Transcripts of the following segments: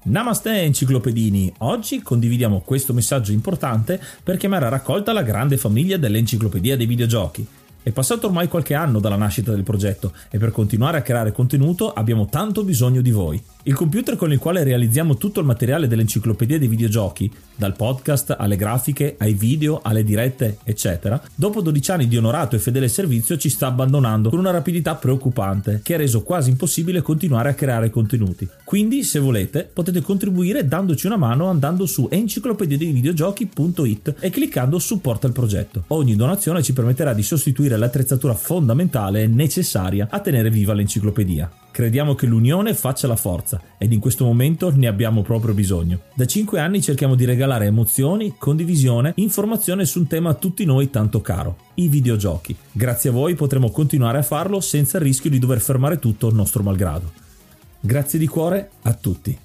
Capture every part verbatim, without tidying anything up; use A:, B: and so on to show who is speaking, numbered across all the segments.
A: Namaste enciclopedini, oggi condividiamo questo messaggio importante per chiamare a raccolta la grande famiglia dell'Enciclopedia dei Videogiochi. È passato ormai qualche anno dalla nascita del progetto e per continuare a creare contenuto abbiamo tanto bisogno di voi. Il computer con il quale realizziamo tutto il materiale dell'Enciclopedia dei Videogiochi, dal podcast alle grafiche, ai video, alle dirette, eccetera, dopo dodici anni di onorato e fedele servizio ci sta abbandonando con una rapidità preoccupante che ha reso quasi impossibile continuare a creare contenuti. Quindi, se volete, potete contribuire dandoci una mano andando su enciclopedia dei videogiochi punto it e cliccando supporta il progetto. Ogni donazione ci permetterà di sostituire l'attrezzatura fondamentale e necessaria a tenere viva l'enciclopedia. Crediamo che l'unione faccia la forza ed in questo momento ne abbiamo proprio bisogno. Da cinque anni cerchiamo di regalare emozioni, condivisione, informazione su un tema a tutti noi tanto caro, i videogiochi. Grazie a voi potremo continuare a farlo senza il rischio di dover fermare tutto nostro malgrado. Grazie di cuore a tutti.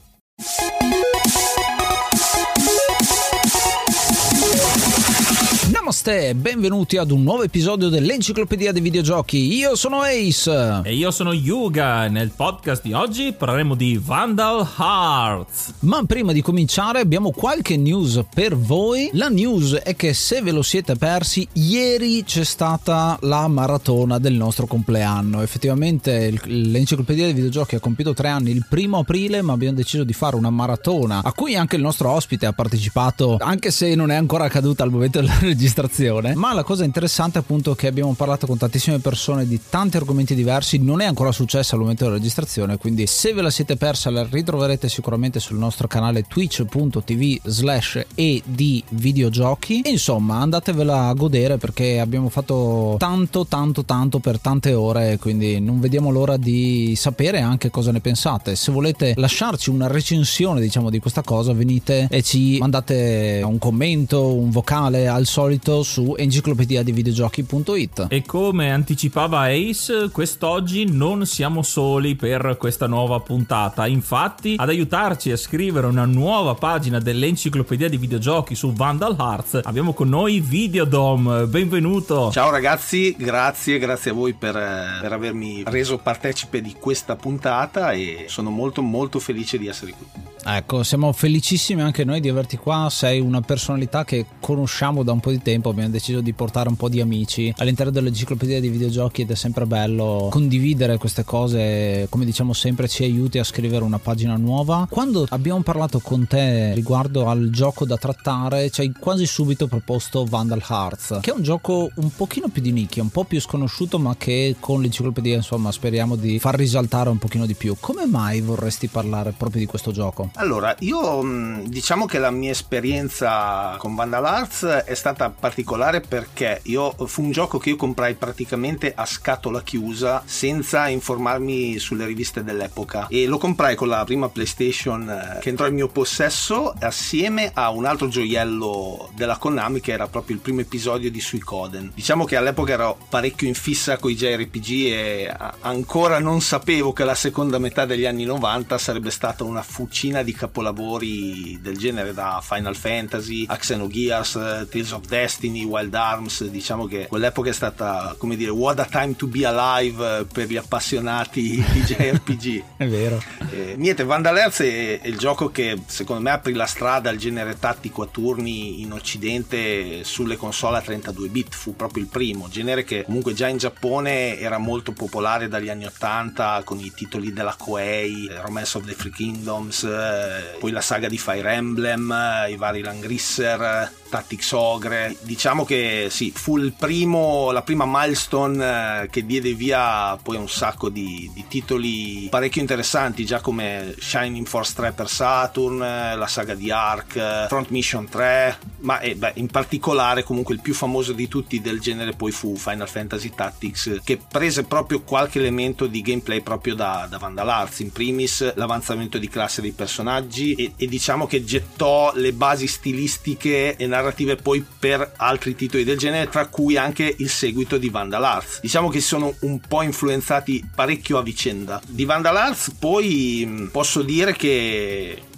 B: Namaste, benvenuti ad un nuovo episodio dell'Enciclopedia dei Videogiochi. Io sono Ace
A: e io sono Yuga. Nel podcast di oggi parleremo di Vandal Hearts.
B: Ma prima di cominciare abbiamo qualche news per voi. La news è che, se ve lo siete persi, ieri c'è stata la maratona del nostro compleanno. Effettivamente l'Enciclopedia dei Videogiochi ha compiuto tre anni il primo aprile, ma abbiamo deciso di fare una maratona a cui anche il nostro ospite ha partecipato, anche se non è ancora accaduta al momento della registrazione. Ma la cosa interessante è appunto che abbiamo parlato con tantissime persone di tanti argomenti diversi. Non è ancora successo al momento della registrazione, quindi se ve la siete persa la ritroverete sicuramente sul nostro canale twitch punto tv slash e di videogiochi. E insomma, andatevela a godere perché abbiamo fatto tanto tanto tanto per tante ore, quindi non vediamo l'ora di sapere anche cosa ne pensate. Se volete lasciarci una recensione, diciamo, di questa cosa, venite e ci mandate un commento, un vocale al solito su enciclopedia dei videogiochi punto it.
A: E come anticipava Ace, quest'oggi non siamo soli per questa nuova puntata. Infatti, ad aiutarci a scrivere una nuova pagina dell'Enciclopedia dei Videogiochi su Vandal Hearts abbiamo con noi Videodome. Benvenuto.
C: Ciao ragazzi, grazie, grazie a voi per, per avermi reso partecipe di questa puntata e sono molto molto felice di essere qui.
B: Ecco, siamo felicissimi anche noi di averti qua. Sei una personalità che conosciamo da un po' di tempo. Abbiamo deciso di portare un po' di amici all'interno dell'Enciclopedia dei Videogiochi ed è sempre bello condividere queste cose. Come diciamo sempre, ci aiuti a scrivere una pagina nuova. Quando abbiamo parlato con te riguardo al gioco da trattare, ci hai quasi subito proposto Vandal Hearts, che è un gioco un pochino più di nicchia, un po' più sconosciuto, ma che con l'Enciclopedia insomma speriamo di far risaltare un pochino di più. Come mai vorresti parlare proprio di questo gioco?
C: Allora, io diciamo che la mia esperienza con Vandal Hearts è stata particolare perché io fu un gioco che io comprai praticamente a scatola chiusa senza informarmi sulle riviste dell'epoca e lo comprai con la prima PlayStation che entrò in mio possesso assieme a un altro gioiello della Konami che era proprio il primo episodio di Suikoden. Diciamo che all'epoca ero parecchio in fissa con i J R P G e ancora non sapevo che la seconda metà degli anni novanta sarebbe stata una fucina di capolavori del genere, da Final Fantasy a Xenogears, Tales of Destiny, Wild Arms. Diciamo che quell'epoca è stata, come dire, what a time to be alive per gli appassionati di J R P G.
B: È vero.
C: Eh, niente, Vandal Hearts è, è il gioco che secondo me aprì la strada al genere tattico a turni in occidente sulle console a trentadue bit. Fu proprio il primo genere che comunque già in Giappone era molto popolare dagli anni ottanta con i titoli della Koei, Romance of the Three Kingdoms, eh, poi la saga di Fire Emblem, i vari Langrisser, Tactics Ogre. Diciamo che sì, fu il primo, la prima milestone che diede via poi un sacco di, di titoli parecchio interessanti, già come Shining Force tre per Saturn, la saga di Ark, Front Mission tre, ma eh, beh, in particolare comunque il più famoso di tutti del genere poi fu Final Fantasy Tactics, che prese proprio qualche elemento di gameplay proprio da, da Vandal Hearts, in primis l'avanzamento di classe dei personaggi e, e diciamo che gettò le basi stilistiche e narrative poi per altri titoli del genere, tra cui anche il seguito di Vandal Hearts. Diciamo che sono un po' influenzati parecchio a vicenda. Di Vandal Hearts poi posso dire che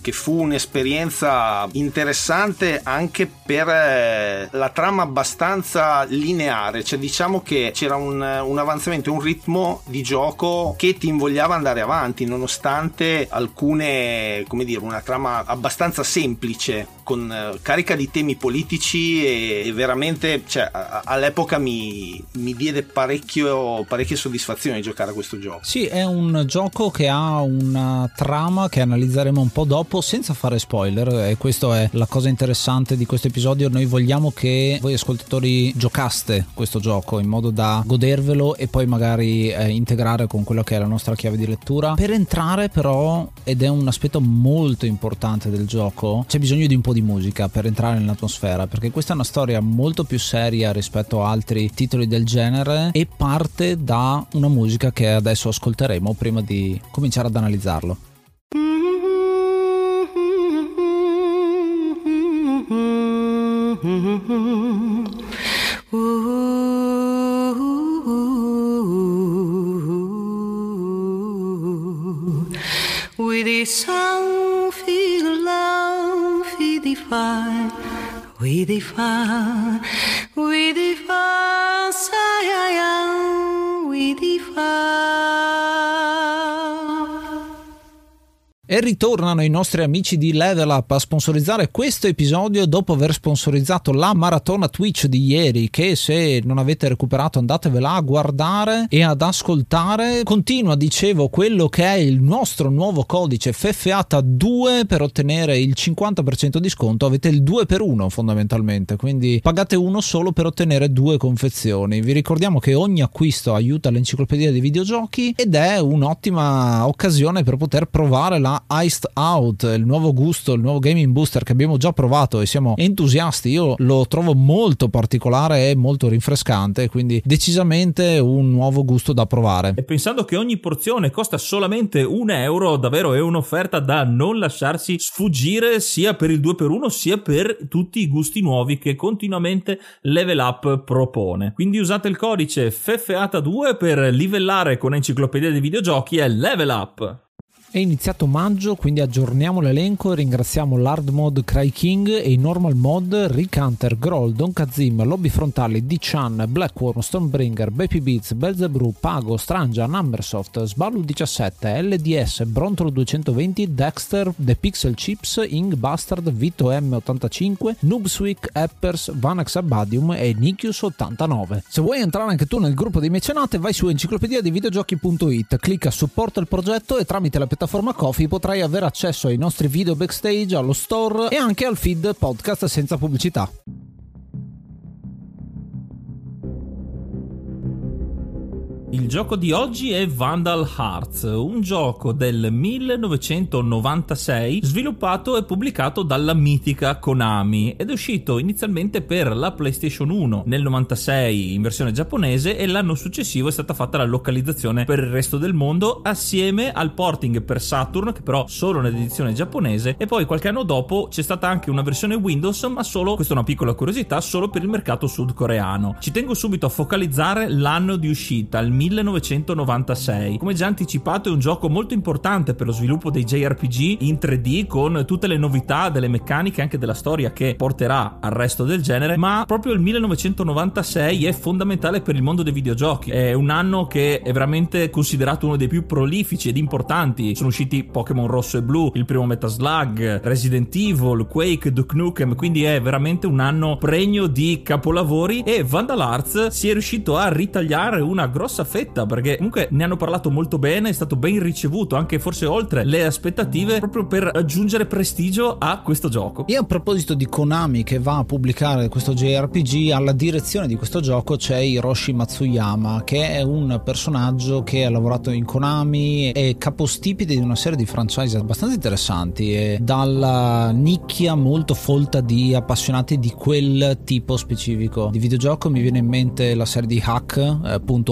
C: che fu un'esperienza interessante anche per eh, la trama abbastanza lineare, cioè diciamo che c'era un, un avanzamento, un ritmo di gioco che ti invogliava andare avanti nonostante alcune, come dire, una trama abbastanza semplice con eh, carica di temi politici e, e veramente, cioè, a, all'epoca mi, mi diede parecchio parecchie soddisfazioni giocare a questo gioco.
B: Sì, è un gioco che ha una trama che analizzeremo un po' dopo senza fare spoiler, e questo è la cosa interessante di questo episodio. Noi vogliamo che voi ascoltatori giocaste questo gioco in modo da godervelo e poi magari eh, integrare con quello che è la nostra chiave di lettura. Per entrare però, ed è un aspetto molto importante del gioco, c'è bisogno di un po' di musica per entrare nell'atmosfera, perché questa è una storia molto più seria rispetto a altri titoli del genere e parte da una musica che adesso ascolteremo prima di cominciare ad analizzarlo.
D: We define, we define, we define, we define, we define.
B: E ritornano i nostri amici di Level Up a sponsorizzare questo episodio dopo aver sponsorizzato la maratona Twitch di ieri, che se non avete recuperato andatevela a guardare e ad ascoltare. Continua, dicevo, quello che è il nostro nuovo codice Feffeata due per ottenere il cinquanta per cento di sconto. Avete il due per uno fondamentalmente, quindi pagate uno solo per ottenere due confezioni. Vi ricordiamo che ogni acquisto aiuta l'enciclopedia dei videogiochi ed è un'ottima occasione per poter provare la Iced Out, il nuovo gusto, il nuovo gaming booster che abbiamo già provato e siamo entusiasti. Io lo trovo molto particolare e molto rinfrescante, quindi decisamente un nuovo gusto da provare.
A: E pensando che ogni porzione costa solamente un euro, davvero è un'offerta da non lasciarsi sfuggire, sia per il due per uno sia per tutti i gusti nuovi che continuamente Level Up propone. Quindi usate il codice Feffeata due per livellare con Enciclopedia dei Videogiochi e Level Up.
B: È iniziato maggio, quindi aggiorniamo l'elenco e ringraziamo l'Hard Mod Cry King e i Normal Mod Rick Hunter, Groll, Don Kazim, Lobby Frontali, D-Chan, Blackworm, Stonebringer, Baby Beats, Belzebrew, Pago, Strangia, Numbersoft, Sballu diciassette, L D S, Brontolo duecentoventi, Dexter, The Pixel Chips, Ing Bastard, Vito M ottantacinque, Noobswick, Eppers, Vanax Abadium e Nikius ottantanove. Se vuoi entrare anche tu nel gruppo dei mecenate, vai su enciclopedia dei videogiochi punto it, clicca supporta il progetto e tramite la piattaforma Ko-fi potrai avere accesso ai nostri video backstage, allo store e anche al feed podcast senza pubblicità.
A: Il gioco di oggi è Vandal Hearts, un gioco del millenovecentonovantasei sviluppato e pubblicato dalla mitica Konami ed è uscito inizialmente per la PlayStation uno nel novantasei in versione giapponese e l'anno successivo è stata fatta la localizzazione per il resto del mondo assieme al porting per Saturn, che però solo nell'edizione giapponese, e poi qualche anno dopo c'è stata anche una versione Windows, ma solo, questa è una piccola curiosità, solo per il mercato sudcoreano. Ci tengo subito a focalizzare l'anno di uscita, il millenovecentonovantasei. Come già anticipato, è un gioco molto importante per lo sviluppo dei J R P G in tre D, con tutte le novità delle meccaniche e anche della storia che porterà al resto del genere, ma proprio il millenovecentonovantasei è fondamentale per il mondo dei videogiochi. È un anno che è veramente considerato uno dei più prolifici ed importanti. Sono usciti Pokémon Rosso e Blu, il primo Metal Slug, Resident Evil, Quake, Duke Nukem, quindi è veramente un anno pregno di capolavori e Vandal Hearts si è riuscito a ritagliare una grossa fetta, perché comunque ne hanno parlato molto bene, è stato ben ricevuto anche forse oltre le aspettative, proprio per aggiungere prestigio a questo gioco.
B: E a proposito di Konami che va a pubblicare questo J R P G, alla direzione di questo gioco c'è Hiroshi Matsuyama, che è un personaggio che ha lavorato in Konami, è capostipite di una serie di franchise abbastanza interessanti e dalla nicchia molto folta di appassionati di quel tipo specifico di videogioco. Mi viene in mente la serie di Hack, eh, punto Hack,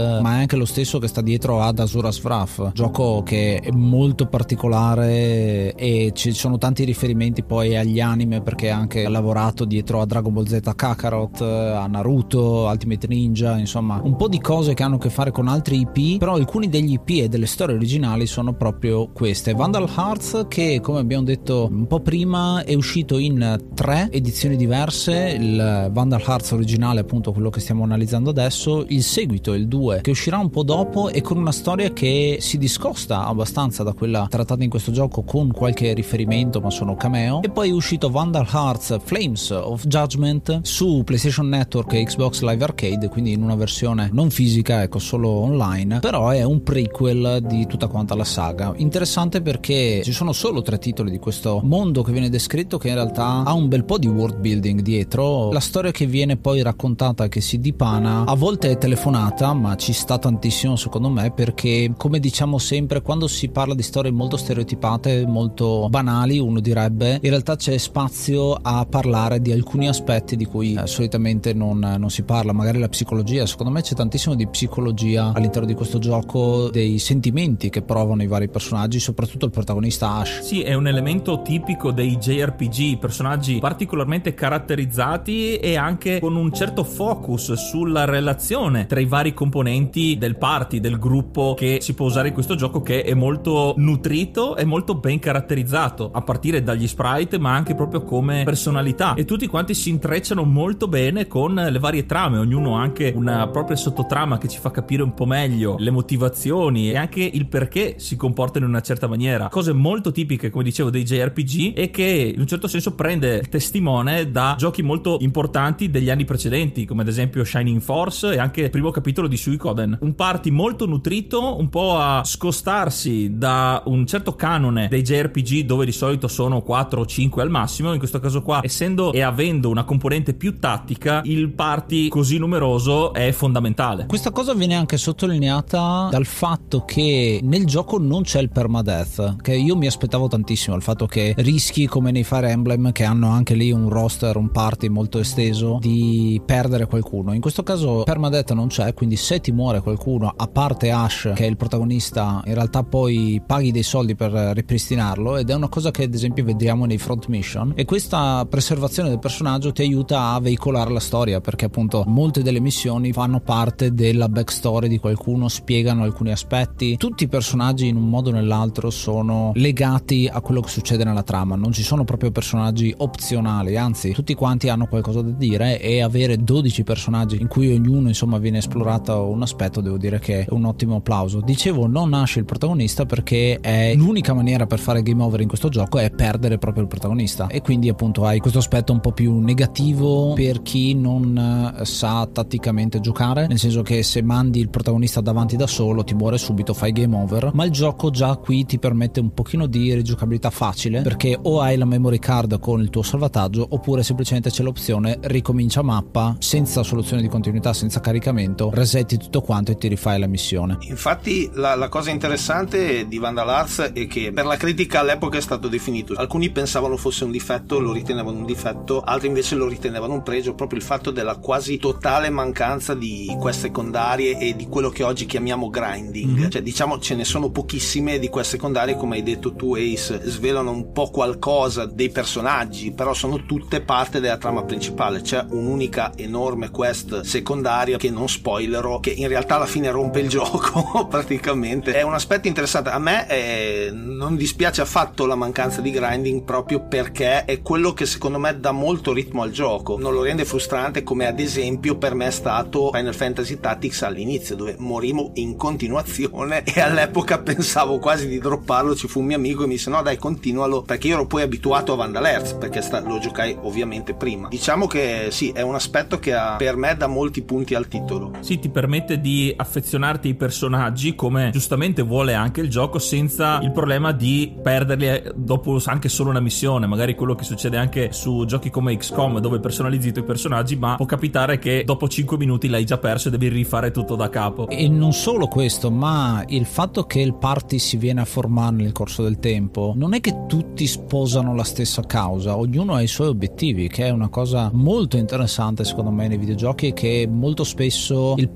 B: ma è anche lo stesso che sta dietro ad Asura's Wrath, gioco che è molto particolare e ci sono tanti riferimenti poi agli anime, perché ha anche lavorato dietro a Dragon Ball Z Kakarot, a Naruto, Ultimate Ninja, insomma un po' di cose che hanno a che fare con altri I P, però alcuni degli I P e delle storie originali sono proprio queste. Vandal Hearts, che come abbiamo detto un po' prima è uscito in tre edizioni diverse, il Vandal Hearts originale appunto quello che stiamo analizzando adesso, il seguito, il due, che uscirà un po' dopo e con una storia che si discosta abbastanza da quella trattata in questo gioco, con qualche riferimento ma sono cameo, e poi è uscito Vandal Hearts Flames of Judgment su PlayStation Network e Xbox Live Arcade, quindi in una versione non fisica, ecco, solo online, però è un prequel di tutta quanta la saga. Interessante perché ci sono solo tre titoli di questo mondo che viene descritto, che in realtà ha un bel po' di world building dietro. La storia che viene poi raccontata, che si dipana, a volte è telefonata, ma ci sta tantissimo secondo me, perché come diciamo sempre, quando si parla di storie molto stereotipate, molto banali, uno direbbe, in realtà c'è spazio a parlare di alcuni aspetti di cui eh, solitamente non, non si parla, magari la psicologia. Secondo me c'è tantissimo di psicologia all'interno di questo gioco, dei sentimenti che provano i vari personaggi, soprattutto il protagonista Ash.
A: Sì, è un elemento tipico dei J R P G, personaggi particolarmente caratterizzati e anche con un certo focus sulla relazione tra i vari componenti del party, del gruppo che si può usare in questo gioco, che è molto nutrito e molto ben caratterizzato, a partire dagli sprite ma anche proprio come personalità, e tutti quanti si intrecciano molto bene con le varie trame, ognuno ha anche una propria sottotrama che ci fa capire un po' meglio le motivazioni e anche il perché si comportano in una certa maniera, cose molto tipiche, come dicevo, dei J R P G, e che in un certo senso prende il testimone da giochi molto importanti degli anni precedenti, come ad esempio Shining Force e anche il primo capitolo di Suikoden. Un party molto nutrito, un po' a scostarsi da un certo canone dei J R P G dove di solito sono quattro o cinque al massimo. In questo caso qua, essendo e avendo una componente più tattica, il party così numeroso è fondamentale.
B: Questa cosa viene anche sottolineata dal fatto che nel gioco non c'è il permadeath, che io mi aspettavo tantissimo, il fatto che rischi, come nei Fire Emblem, che hanno anche lì un roster, un party molto esteso, di perdere qualcuno. In questo caso permadeath non c'è, quindi se ti muore qualcuno, a parte Ash che è il protagonista, in realtà poi paghi dei soldi per ripristinarlo, ed è una cosa che ad esempio vediamo nei front mission, e questa preservazione del personaggio ti aiuta a veicolare la storia, perché appunto molte delle missioni fanno parte della backstory di qualcuno, spiegano alcuni aspetti. Tutti i personaggi in un modo o nell'altro sono legati a quello che succede nella trama, non ci sono proprio personaggi opzionali, anzi tutti quanti hanno qualcosa da dire, e avere dodici personaggi in cui ognuno insomma viene esplorato un aspetto, devo dire che è un ottimo applauso. Dicevo, non nasce il protagonista perché è l'unica maniera per fare game over in questo gioco è perdere proprio il protagonista, e quindi appunto hai questo aspetto un po' più negativo per chi non sa tatticamente giocare, nel senso che se mandi il protagonista davanti da solo ti muore subito, fai game over. Ma il gioco già qui ti permette un pochino di rigiocabilità facile, perché o hai la memory card con il tuo salvataggio, oppure semplicemente c'è l'opzione ricomincia mappa, senza soluzione di continuità, senza caricamento, resetti tutto quanto e ti rifai la missione.
C: Infatti la, la cosa interessante di Vandal Hearts è che per la critica all'epoca è stato definito, alcuni pensavano fosse un difetto, lo ritenevano un difetto, altri invece lo ritenevano un pregio, proprio il fatto della quasi totale mancanza di quest secondarie e di quello che oggi chiamiamo grinding. Mm-hmm. Cioè diciamo ce ne sono pochissime di quest secondarie, come hai detto tu Ace, svelano un po' qualcosa dei personaggi, però sono tutte parte della trama principale. C'è un'unica enorme quest secondaria che non spoilerò, che in realtà alla fine rompe il gioco praticamente. È un aspetto interessante, a me è... non dispiace affatto la mancanza di grinding, proprio perché è quello che secondo me dà molto ritmo al gioco, non lo rende frustrante, come ad esempio per me è stato Final Fantasy Tactics all'inizio, dove morivo in continuazione e all'epoca pensavo quasi di dropparlo. Ci fu un mio amico e mi disse no dai continualo, perché io ero poi abituato a Vandal Hearts, perché sta... lo giocai ovviamente prima. Diciamo che sì, è un aspetto che ha, per me dà molti punti al titolo.
A: Sì, ti permette di affezionarti ai personaggi come giustamente vuole anche il gioco, senza il problema di perderli dopo anche solo una missione, magari quello che succede anche su giochi come X COM, dove personalizzi i tuoi personaggi, ma può capitare che dopo cinque minuti l'hai già perso e devi rifare tutto da capo.
B: E non solo questo, ma il fatto che il party si viene a formare nel corso del tempo non è che tutti sposano la stessa causa, ognuno ha i suoi obiettivi, che è una cosa molto interessante secondo me nei videogiochi, che molto spesso il party si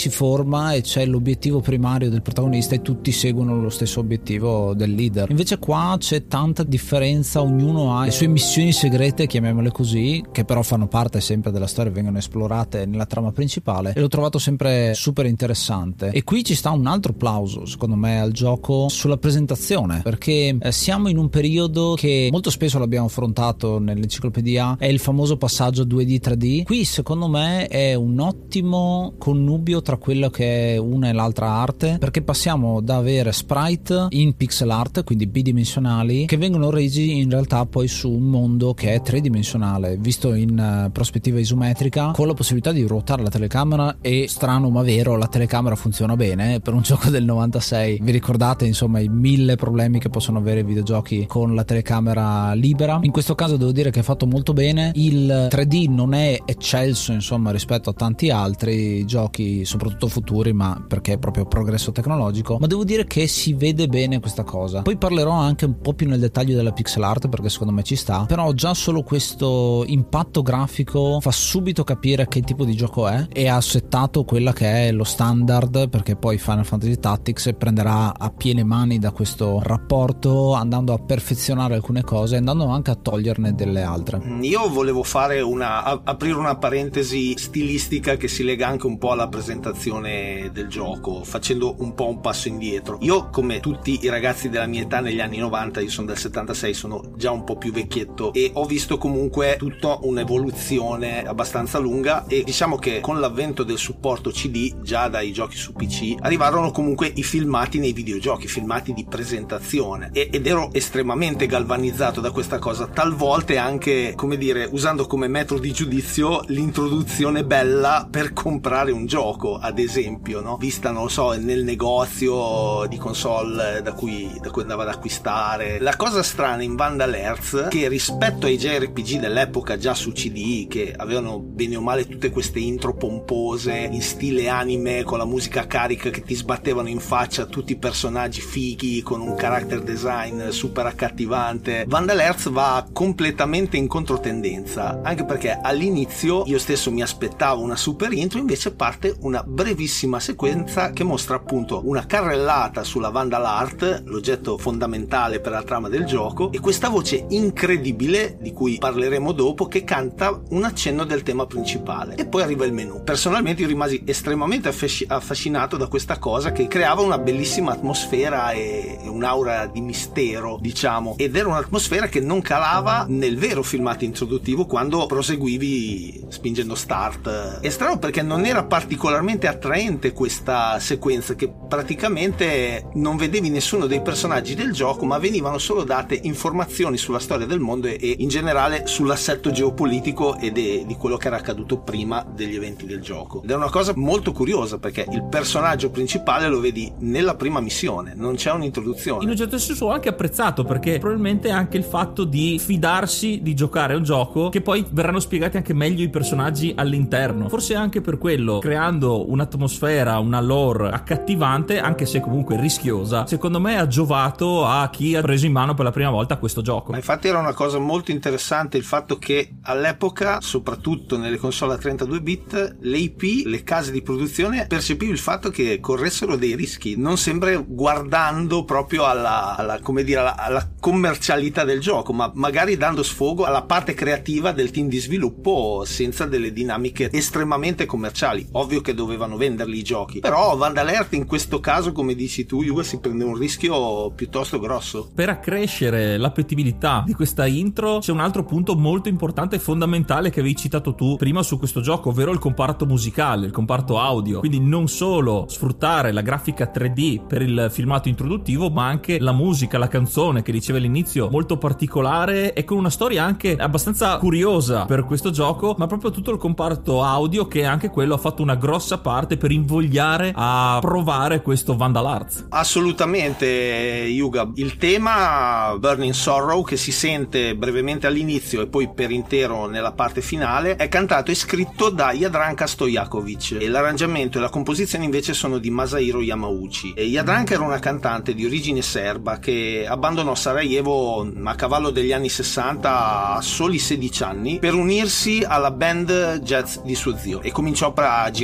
B: si forma e c'è l'obiettivo primario del protagonista e tutti seguono lo stesso obiettivo del leader. Invece qua c'è tanta differenza, ognuno ha le sue missioni segrete, chiamiamole così, che però fanno parte sempre della storia, vengono esplorate nella trama principale, e l'ho trovato sempre super interessante. E qui ci sta un altro plauso secondo me al gioco sulla presentazione, perché eh, siamo in un periodo che molto spesso l'abbiamo affrontato nell'enciclopedia, è il famoso passaggio due D tre D. Qui secondo me è un ottimo connubio tra quello che è una e l'altra arte, perché passiamo da avere sprite in pixel art, quindi bidimensionali, che vengono resi in realtà poi su un mondo che è tridimensionale, visto in uh, prospettiva isometrica, con la possibilità di ruotare la telecamera. E strano ma vero, la telecamera funziona bene per un gioco del novantasei. Vi ricordate insomma i mille problemi che possono avere i videogiochi con la telecamera libera? In questo caso devo dire che è fatto molto bene. Il tre D non è eccelso insomma rispetto a tanti altri giochi, soprattutto futuri, ma perché è proprio progresso tecnologico, ma devo dire che si vede bene questa cosa. Poi parlerò anche un po' più nel dettaglio della pixel art, perché secondo me ci sta, però già solo questo impatto grafico fa subito capire che tipo di gioco è, e ha settato quella che è lo standard, perché poi Final Fantasy Tactics prenderà a piene mani da questo rapporto, andando a perfezionare alcune cose e andando anche a toglierne delle altre.
C: Io volevo fare una aprire una parentesi stilistica che si lega anche un po' alla presentazione del gioco, facendo un po' un passo indietro. Io, come tutti i ragazzi della mia età negli anni novanta, io sono del settantasei, sono già un po' più vecchietto, e ho visto comunque tutta un'evoluzione abbastanza lunga, e diciamo che con l'avvento del supporto C D già dai giochi su P C arrivarono comunque i filmati nei videogiochi, filmati di presentazione, e, ed ero estremamente galvanizzato da questa cosa, talvolta anche, come dire, usando come metro di giudizio l'introduzione bella per comprare un gioco, ad esempio, no? Vista, non lo so, nel negozio di console da cui, da cui andava ad acquistare. La cosa strana in Vandal Hearts, che rispetto ai J R P G dell'epoca già su C D, che avevano bene o male tutte queste intro pompose in stile anime, con la musica carica che ti sbattevano in faccia tutti i personaggi fighi con un character design super accattivante, Vandal Hearts va completamente in controtendenza, anche perché all'inizio io stesso mi aspettavo una super intro, invece parte una brevissima sequenza che mostra appunto una carrellata sulla Vandal Art, l'oggetto fondamentale per la trama del gioco, e questa voce incredibile di cui parleremo dopo, che canta un accenno del tema principale, e poi arriva il menu. Personalmente io rimasi estremamente affascinato da questa cosa, che creava una bellissima atmosfera e un'aura di mistero, diciamo, ed era un'atmosfera che non calava nel vero filmato introduttivo quando proseguivi spingendo start. È strano perché non era particolarmente attraente questa sequenza, che praticamente non vedevi nessuno dei personaggi del gioco, ma venivano solo date informazioni sulla storia del mondo e, e in generale sull'assetto geopolitico e de, di quello che era accaduto prima degli eventi del gioco. Ed è una cosa molto curiosa, perché il personaggio principale lo vedi nella prima missione, non c'è un'introduzione.
A: In un certo senso ho anche apprezzato, perché probabilmente anche il fatto di fidarsi di giocare a un gioco che poi verranno spiegati anche meglio i personaggi all'interno, forse anche per quello, creando un'atmosfera, una lore accattivante, anche se comunque rischiosa, secondo me ha giovato a chi ha preso in mano per la prima volta questo gioco.
C: Ma infatti era una cosa molto interessante il fatto che all'epoca, soprattutto nelle console a trentadue bit, le I P, le case di produzione, percepivi il fatto che corressero dei rischi, non sempre guardando proprio alla, alla come dire alla, alla commercialità del gioco, ma magari dando sfogo alla parte creativa del team di sviluppo senza delle dinamiche estremamente commerciali. Ovvio che dovevano venderli i giochi, però Vandal Hearts in questo caso, come dici tu Yuga, si prende un rischio piuttosto grosso.
A: Per accrescere l'appetibilità di questa intro c'è un altro punto molto importante e fondamentale che avevi citato tu prima su questo gioco, ovvero il comparto musicale, il comparto audio. Quindi non solo sfruttare la grafica tre D per il filmato introduttivo, ma anche la musica, la canzone che diceva all'inizio, molto particolare e con una storia anche abbastanza curiosa per questo gioco, ma proprio tutto il comparto audio, che anche quello ha fatto una grossa parte per invogliare a provare questo Vandal Hearts.
C: Assolutamente Yuga, il tema Burning Sorrow, che si sente brevemente all'inizio e poi per intero nella parte finale, è cantato e scritto da Jadranka Stojakovic, e l'arrangiamento e la composizione invece sono di Masahiro Yamauchi. E Jadranka era una cantante di origine serba che abbandonò Sarajevo a cavallo degli anni sessanta a soli sedici anni per unirsi alla band jazz di suo zio, e cominciò a girare il mondo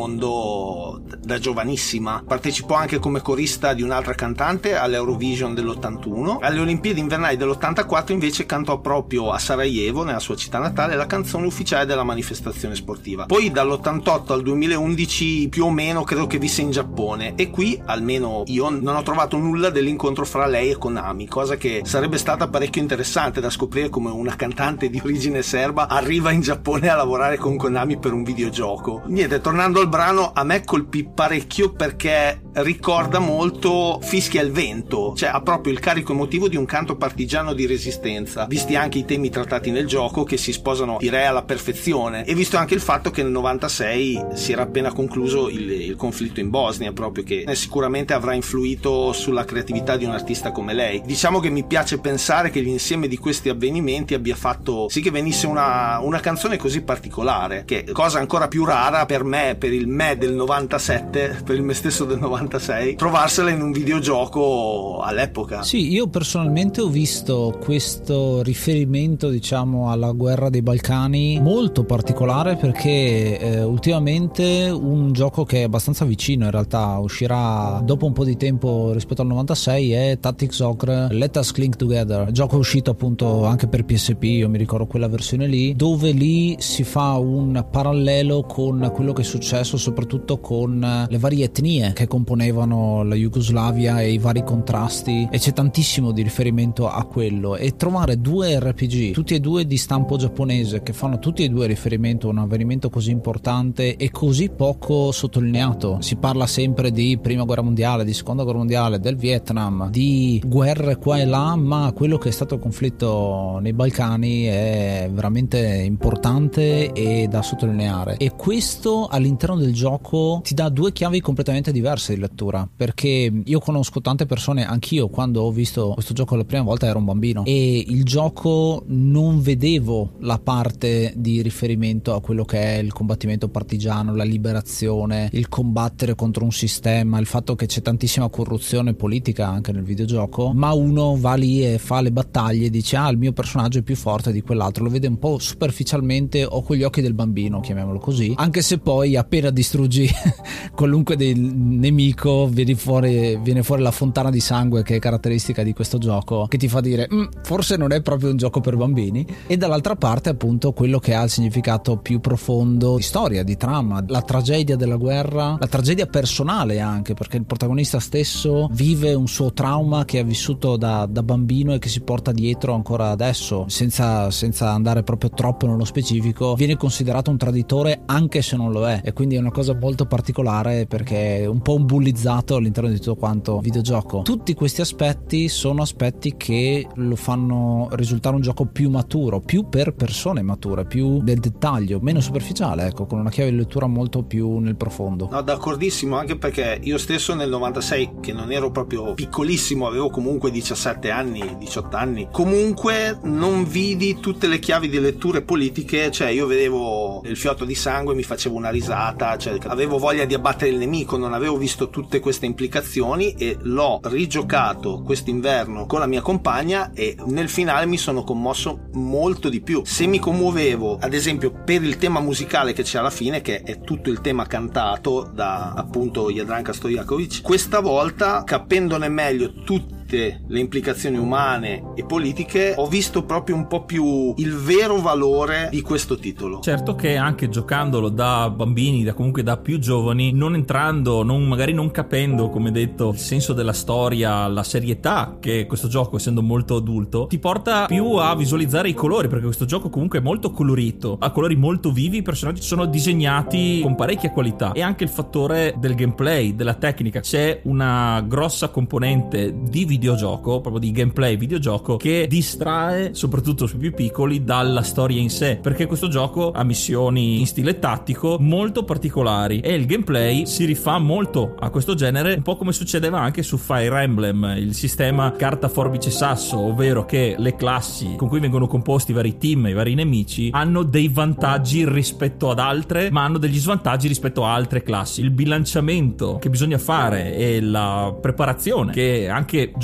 C: mondo da giovanissima. Partecipò anche come corista di un'altra cantante all'Eurovision dell'ottantuno. Alle Olimpiadi invernali dell'ottantaquattro invece cantò proprio a Sarajevo, nella sua città natale, la canzone ufficiale della manifestazione sportiva. Poi dall'ottantotto al duemilaundici più o meno credo che visse in Giappone, e qui almeno io non ho trovato nulla dell'incontro fra lei e Konami, cosa che sarebbe stata parecchio interessante da scoprire, come una cantante di origine serba arriva in Giappone a lavorare con Konami per un videogioco. Niente, tornando al brano, a me colpì parecchio perché ricorda molto Fischia il vento, cioè ha proprio il carico emotivo di un canto partigiano di resistenza, visti anche i temi trattati nel gioco che si sposano direi alla perfezione, e visto anche il fatto che nel novantasei si era appena concluso il, il conflitto in Bosnia, proprio, che sicuramente avrà influito sulla creatività di un artista come lei. Diciamo che mi piace pensare che l'insieme di questi avvenimenti abbia fatto sì che venisse una, una canzone così particolare, che cosa ancora più rara per me, per il me del novantasette, per il me stesso del novantasei, trovarsela in un videogioco all'epoca.
B: Sì, io personalmente ho visto questo riferimento, diciamo, alla guerra dei Balcani molto particolare, perché eh, ultimamente un gioco che è abbastanza vicino, in realtà uscirà dopo un po' di tempo rispetto al novantasei, è Tactics Ogre Let Us Cling Together, gioco uscito appunto anche per P S P, io mi ricordo quella versione lì, dove lì si fa un parallelo con quello che è successo soprattutto con le varie etnie che componevano la Jugoslavia e i vari contrasti, e c'è tantissimo di riferimento a quello. E trovare due R P G tutti e due di stampo giapponese che fanno tutti e due riferimento a un avvenimento così importante e così poco sottolineato, si parla sempre di prima guerra mondiale, di seconda guerra mondiale, del Vietnam, di guerre qua e là, ma quello che è stato il conflitto nei Balcani è veramente importante e da sottolineare, e questo all'interno del gioco ti dà due chiavi completamente diverse di lettura, perché io conosco tante persone, anch'io quando ho visto questo gioco la prima volta ero un bambino e il gioco non vedevo la parte di riferimento a quello che è il combattimento partigiano, la liberazione, il combattere contro un sistema, il fatto che c'è tantissima corruzione politica anche nel videogioco, ma uno va lì e fa le battaglie e dice ah, il mio personaggio è più forte di quell'altro, lo vede un po' superficialmente o con gli occhi del bambino, chiamiamolo così, anche se poi appena distruggi qualunque del nemico viene fuori, viene fuori la fontana di sangue che è caratteristica di questo gioco, che ti fa dire forse non è proprio un gioco per bambini. E dall'altra parte appunto quello che ha il significato più profondo di storia, di trama, la tragedia della guerra, la tragedia personale anche, perché il protagonista stesso vive un suo trauma che ha vissuto da, da bambino e che si porta dietro ancora adesso, senza, senza andare proprio troppo nello specifico. Viene considerato un traditore anche se non lo è, e quindi è una cosa molto particolare perché è un po' un bullizzato all'interno di tutto quanto videogioco. Tutti questi aspetti sono aspetti che lo fanno risultare un gioco più maturo, più per persone mature, più del dettaglio, meno superficiale, ecco, con una chiave di lettura molto più nel profondo.
C: No, d'accordissimo, anche perché io stesso nel novantasei, che non ero proprio piccolissimo, avevo comunque diciassette anni, diciotto anni, comunque non vidi tutte le chiavi di letture politiche, cioè io vedevo il fiotto di sangue, mi facevo una risata, cioè avevo voglia di abbattere il nemico, non avevo visto tutte queste implicazioni, e l'ho rigiocato quest'inverno con la mia compagna e nel finale mi sono commosso molto di più. Se mi commuovevo ad esempio per il tema musicale che c'è alla fine, che è tutto il tema cantato da appunto Jadranka Stojakovic, questa volta capendone meglio tutte le implicazioni umane e politiche ho visto proprio un po' più il vero valore di questo titolo.
A: Certo che anche giocandolo da bambini, da comunque da più giovani, non entrando, non, magari non capendo, come detto, il senso della storia, la serietà che questo gioco, essendo molto adulto, ti porta più a visualizzare i colori, perché questo gioco comunque è molto colorito, ha colori molto vivi, i personaggi sono disegnati con parecchia qualità, e anche il fattore del gameplay, della tecnica, c'è una grossa componente di videogioco, proprio di gameplay videogioco, che distrae soprattutto sui più piccoli dalla storia in sé, perché questo gioco ha missioni in stile tattico molto particolari e il gameplay si rifà molto a questo genere, un po' come succedeva anche su Fire Emblem, il sistema carta forbice sasso, ovvero che le classi con cui vengono composti i vari team, i vari nemici, hanno dei vantaggi rispetto ad altre, ma hanno degli svantaggi rispetto a altre classi. Il bilanciamento che bisogna fare e la preparazione che anche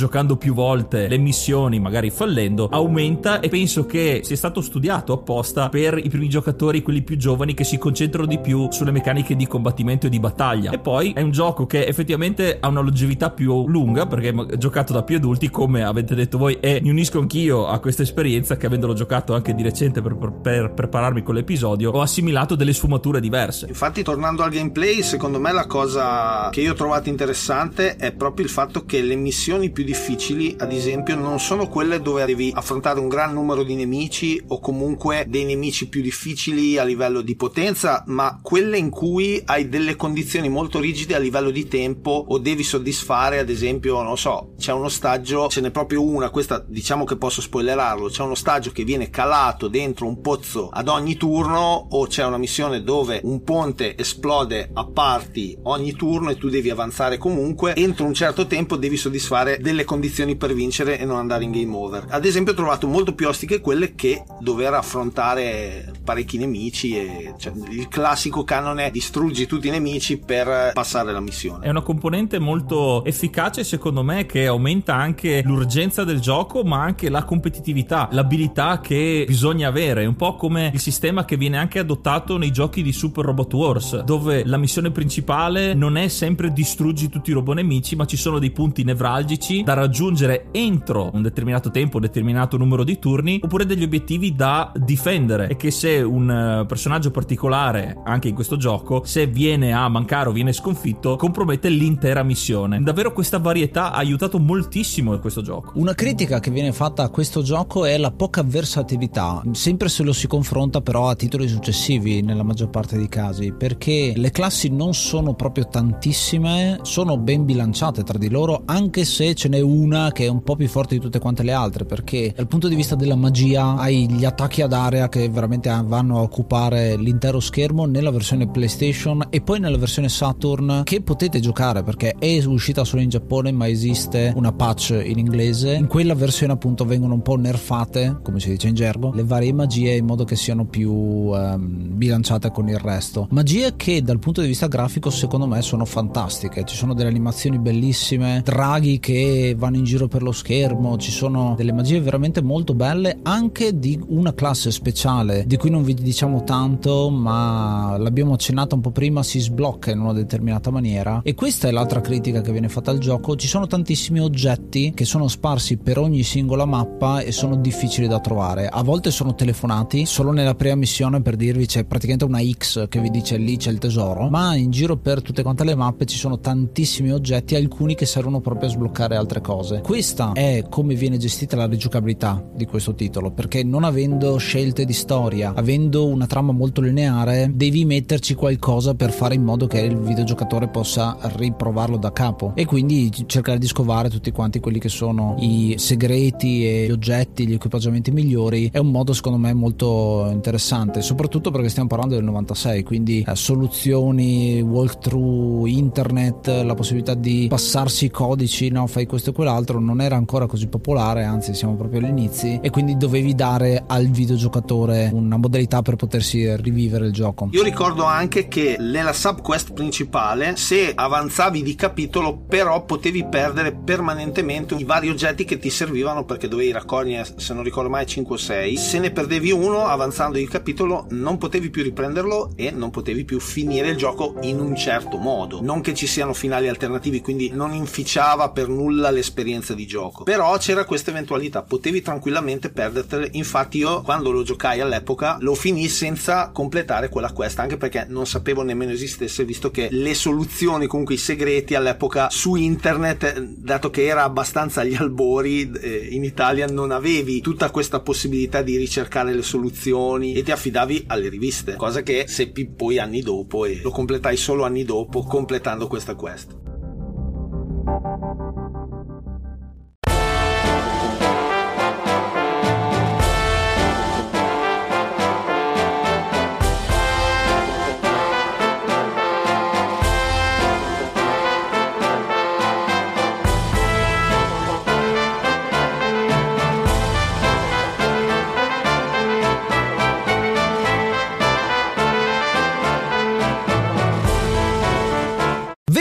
A: giocando più volte le missioni, magari fallendo, aumenta, e penso che sia stato studiato apposta per i primi giocatori, quelli più giovani, che si concentrano di più sulle meccaniche di combattimento e di battaglia. E poi è un gioco che effettivamente ha una longevità più lunga, perché è giocato da più adulti, come avete detto voi, e mi unisco anch'io a questa esperienza, che avendolo giocato anche di recente per, per, per prepararmi con l'episodio, ho assimilato delle sfumature diverse.
C: Infatti, tornando al gameplay, secondo me la cosa che io ho trovato interessante è proprio il fatto che le missioni più difficili, ad esempio, non sono quelle dove devi affrontare un gran numero di nemici o comunque dei nemici più difficili a livello di potenza, ma quelle in cui hai delle condizioni molto rigide a livello di tempo, o devi soddisfare, ad esempio, non so, c'è uno stagio, ce n'è proprio una, questa diciamo che posso spoilerarlo, c'è uno stagio che viene calato dentro un pozzo ad ogni turno, o c'è una missione dove un ponte esplode a parti ogni turno e tu devi avanzare comunque, entro un certo tempo devi soddisfare delle condizioni per vincere e non andare in game over. Ad esempio ho trovato molto più ostiche quelle che dover affrontare parecchi nemici, e cioè, il classico canone distruggi tutti i nemici per passare la missione.
A: È una componente molto efficace, secondo me, che aumenta anche l'urgenza del gioco, ma anche la competitività, l'abilità che bisogna avere. È un po' come il sistema che viene anche adottato nei giochi di Super Robot Wars, dove la missione principale non è sempre distruggi tutti i robot nemici, ma ci sono dei punti nevralgici da raggiungere entro un determinato tempo, un determinato numero di turni, oppure degli obiettivi da difendere, e che se un personaggio particolare, anche in questo gioco, se viene a mancare o viene sconfitto, compromette l'intera missione. Davvero questa varietà ha aiutato moltissimo questo gioco.
B: Una critica che viene fatta a questo gioco è la poca versatilità, sempre se lo si confronta però a titoli successivi nella maggior parte dei casi, perché le classi non sono proprio tantissime, sono ben bilanciate tra di loro, anche se ce n'è una che è un po' più forte di tutte quante le altre, perché dal punto di vista della magia hai gli attacchi ad area che veramente vanno a occupare l'intero schermo nella versione PlayStation, e poi nella versione Saturn, che potete giocare perché è uscita solo in Giappone ma esiste una patch in inglese. In quella versione appunto vengono un po' nerfate, come si dice in gergo, le varie magie in modo che siano più um, bilanciate con il resto. Magie che dal punto di vista grafico secondo me sono fantastiche, ci sono delle animazioni bellissime, draghi che vanno in giro per lo schermo, ci sono delle magie veramente molto belle, anche di una classe speciale di cui non vi diciamo tanto, ma l'abbiamo accennata un po' prima, si sblocca in una determinata maniera. E questa è l'altra critica che viene fatta al gioco: ci sono tantissimi oggetti che sono sparsi per ogni singola mappa e sono difficili da trovare. A volte sono telefonati, solo nella prima missione, per dirvi, c'è praticamente una X che vi dice lì c'è il tesoro, ma in giro per tutte quante le mappe ci sono tantissimi oggetti, alcuni che servono proprio a sbloccare altre cose. Questa è come viene gestita la rigiocabilità di questo titolo, perché non avendo scelte di storia, avendo una trama molto lineare, devi metterci qualcosa per fare in modo che il videogiocatore possa riprovarlo da capo, e quindi cercare di scovare tutti quanti quelli che sono i segreti e gli oggetti, gli equipaggiamenti migliori. È un modo secondo me molto interessante, soprattutto perché stiamo parlando del novantasei, quindi eh, soluzioni, walkthrough, internet, la possibilità di passarsi i codici, no, fai questo e quell'altro, non era ancora così popolare, anzi siamo proprio agli inizi, e quindi dovevi dare al videogiocatore una modalità per potersi rivivere il gioco.
C: Io ricordo anche che nella subquest principale, se avanzavi di capitolo, però potevi perdere permanentemente i vari oggetti che ti servivano, perché dovevi raccogliere, se non ricordo mai, cinque o sei. Se ne perdevi uno avanzando di capitolo non potevi più riprenderlo e non potevi più finire il gioco in un certo modo. Non che ci siano finali alternativi, quindi non inficiava per nulla l'esperienza di gioco, però c'era questa eventualità, potevi tranquillamente perdertele. Infatti io, quando lo giocai all'epoca, lo finì senza completare quella quest, anche perché non sapevo nemmeno esistesse, visto che le soluzioni, comunque i segreti all'epoca su internet, dato che era abbastanza agli albori, eh, in Italia non avevi tutta questa possibilità di ricercare le soluzioni e ti affidavi alle riviste, cosa che seppi poi anni dopo, e lo completai solo anni dopo completando questa quest.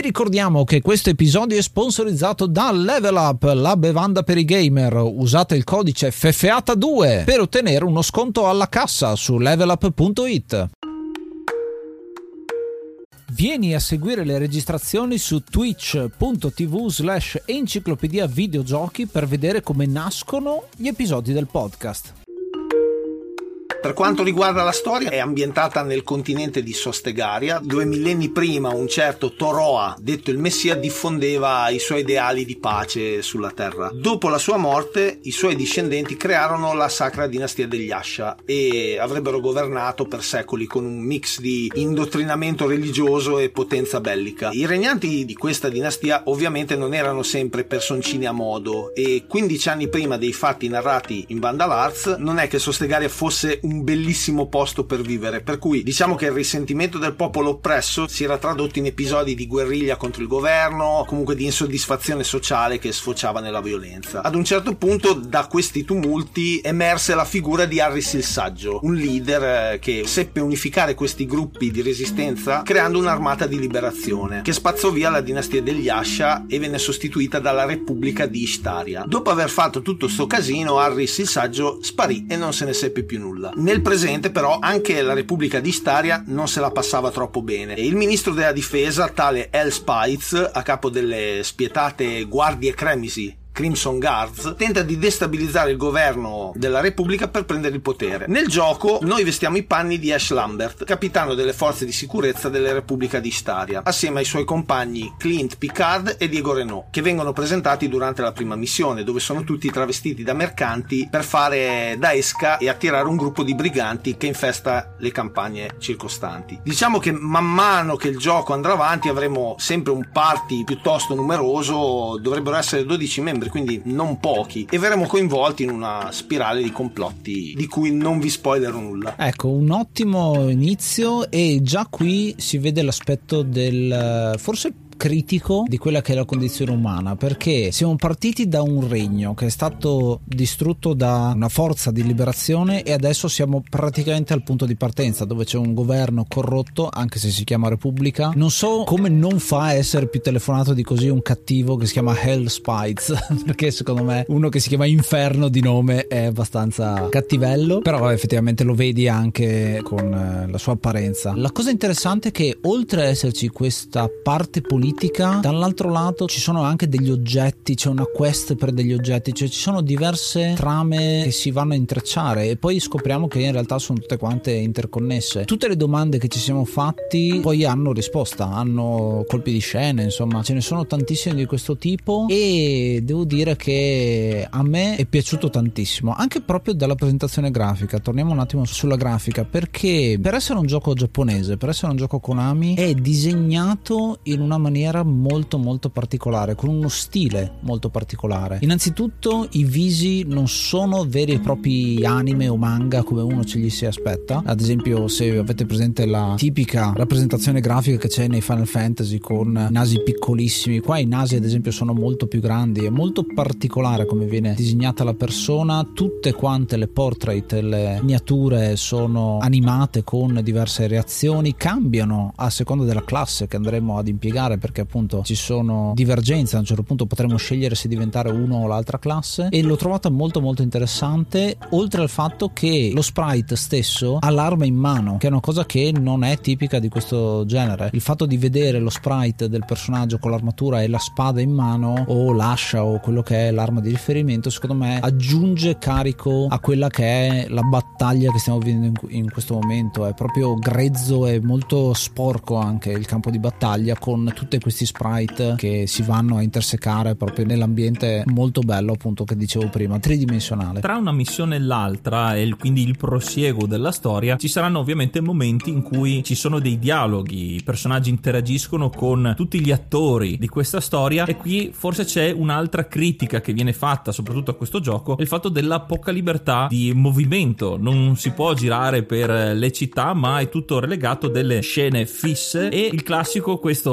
B: ricordiamo che questo episodio è sponsorizzato da Level Up, la bevanda per i gamer. Usate il codice F F A T A due per ottenere uno sconto alla cassa su level up punto it. Vieni a seguire le registrazioni su twitch punto tv slash enciclopedia videogiochi per vedere come nascono gli episodi del podcast.
C: Per quanto riguarda la storia, è ambientata nel continente di Sostegaria. Due millenni prima un certo Toroa, detto il Messia, diffondeva i suoi ideali di pace sulla terra. Dopo la sua morte, i suoi discendenti crearono la sacra dinastia degli Asha e avrebbero governato per secoli con un mix di indottrinamento religioso e potenza bellica. I regnanti di questa dinastia ovviamente non erano sempre personcini a modo e quindici anni prima dei fatti narrati in Vandal Hearts non è che Sostegaria fosse un un bellissimo posto per vivere, per cui diciamo che il risentimento del popolo oppresso si era tradotto in episodi di guerriglia contro il governo, comunque di insoddisfazione sociale che sfociava nella violenza. Ad un certo punto da questi tumulti emerse la figura di Harris il Saggio, un leader che seppe unificare questi gruppi di resistenza creando un'armata di liberazione che spazzò via la dinastia degli Asha e venne sostituita dalla Repubblica di Ishtaria. Dopo aver fatto tutto sto casino, Harris il Saggio sparì e non se ne seppe più nulla. Nel presente però anche la Repubblica di Ishtaria non se la passava troppo bene e il ministro della difesa, tale El Spice, a capo delle spietate guardie Cremisi Crimson Guards, tenta di destabilizzare il governo della Repubblica per prendere il potere. Nel gioco noi vestiamo i panni di Ash Lambert, capitano delle forze di sicurezza della Repubblica di Ishtaria, assieme ai suoi compagni Clint Picard e Diego Renault, che vengono presentati durante la prima missione, dove sono tutti travestiti da mercanti per fare da esca e attirare un gruppo di briganti che infesta le campagne circostanti. Diciamo che man mano che il gioco andrà avanti avremo sempre un party piuttosto numeroso, dovrebbero essere dodici membri, quindi non pochi, e verremo coinvolti in una spirale di complotti di cui non vi spoilerò nulla.
B: Ecco, un ottimo inizio e già qui si vede l'aspetto del forse critico di quella che è la condizione umana, perché siamo partiti da un regno che è stato distrutto da una forza di liberazione e adesso siamo praticamente al punto di partenza dove c'è un governo corrotto, anche se si chiama Repubblica. Non so come non fa a essere più telefonato di così un cattivo che si chiama Hell Spice perché secondo me uno che si chiama Inferno di nome è abbastanza cattivello, però effettivamente lo vedi anche con la sua apparenza. La cosa interessante è che oltre ad esserci questa parte politica, dall'altro lato ci sono anche degli oggetti, c'è una quest per degli oggetti, cioè ci sono diverse trame che si vanno a intrecciare e poi scopriamo che in realtà sono tutte quante interconnesse. Tutte le domande che ci siamo fatti poi hanno risposta, hanno colpi di scena, insomma ce ne sono tantissime di questo tipo e devo dire che a me è piaciuto tantissimo, anche proprio dalla presentazione grafica. Torniamo un attimo sulla grafica, perché per essere un gioco giapponese, per essere un gioco Konami, è disegnato in una maniera molto molto particolare, con uno stile molto particolare. Innanzitutto i visi non sono veri e propri anime o manga come uno ce li si aspetta. Ad esempio, se avete presente la tipica rappresentazione grafica che c'è nei Final Fantasy con nasi piccolissimi, qua i nasi ad esempio sono molto più grandi, è molto particolare come viene disegnata la persona, tutte quante le portrait, le miniature sono animate con diverse reazioni, cambiano a seconda della classe che andremo ad impiegare, perché appunto ci sono divergenze, a un certo punto potremo scegliere se diventare uno o l'altra classe, e l'ho trovata molto molto interessante, oltre al fatto che lo sprite stesso ha l'arma in mano, che è una cosa che non è tipica di questo genere. Il fatto di vedere lo sprite del personaggio con l'armatura e la spada in mano o l'ascia o quello che è l'arma di riferimento, secondo me aggiunge carico a quella che è la battaglia che stiamo vivendo in questo momento. È proprio grezzo e molto sporco anche il campo di battaglia, con tutti questi sprite che si vanno a intersecare proprio nell'ambiente molto bello, appunto, che dicevo prima, tridimensionale.
A: Tra una missione e l'altra, e quindi il prosieguo della storia, ci saranno ovviamente momenti in cui ci sono dei dialoghi, i personaggi interagiscono con tutti gli attori di questa storia, e qui forse c'è un'altra critica che viene fatta soprattutto a questo gioco, il fatto della poca libertà di movimento. Non si può girare per le città, ma è tutto relegato a delle scene fisse, e il classico, questo viene fuori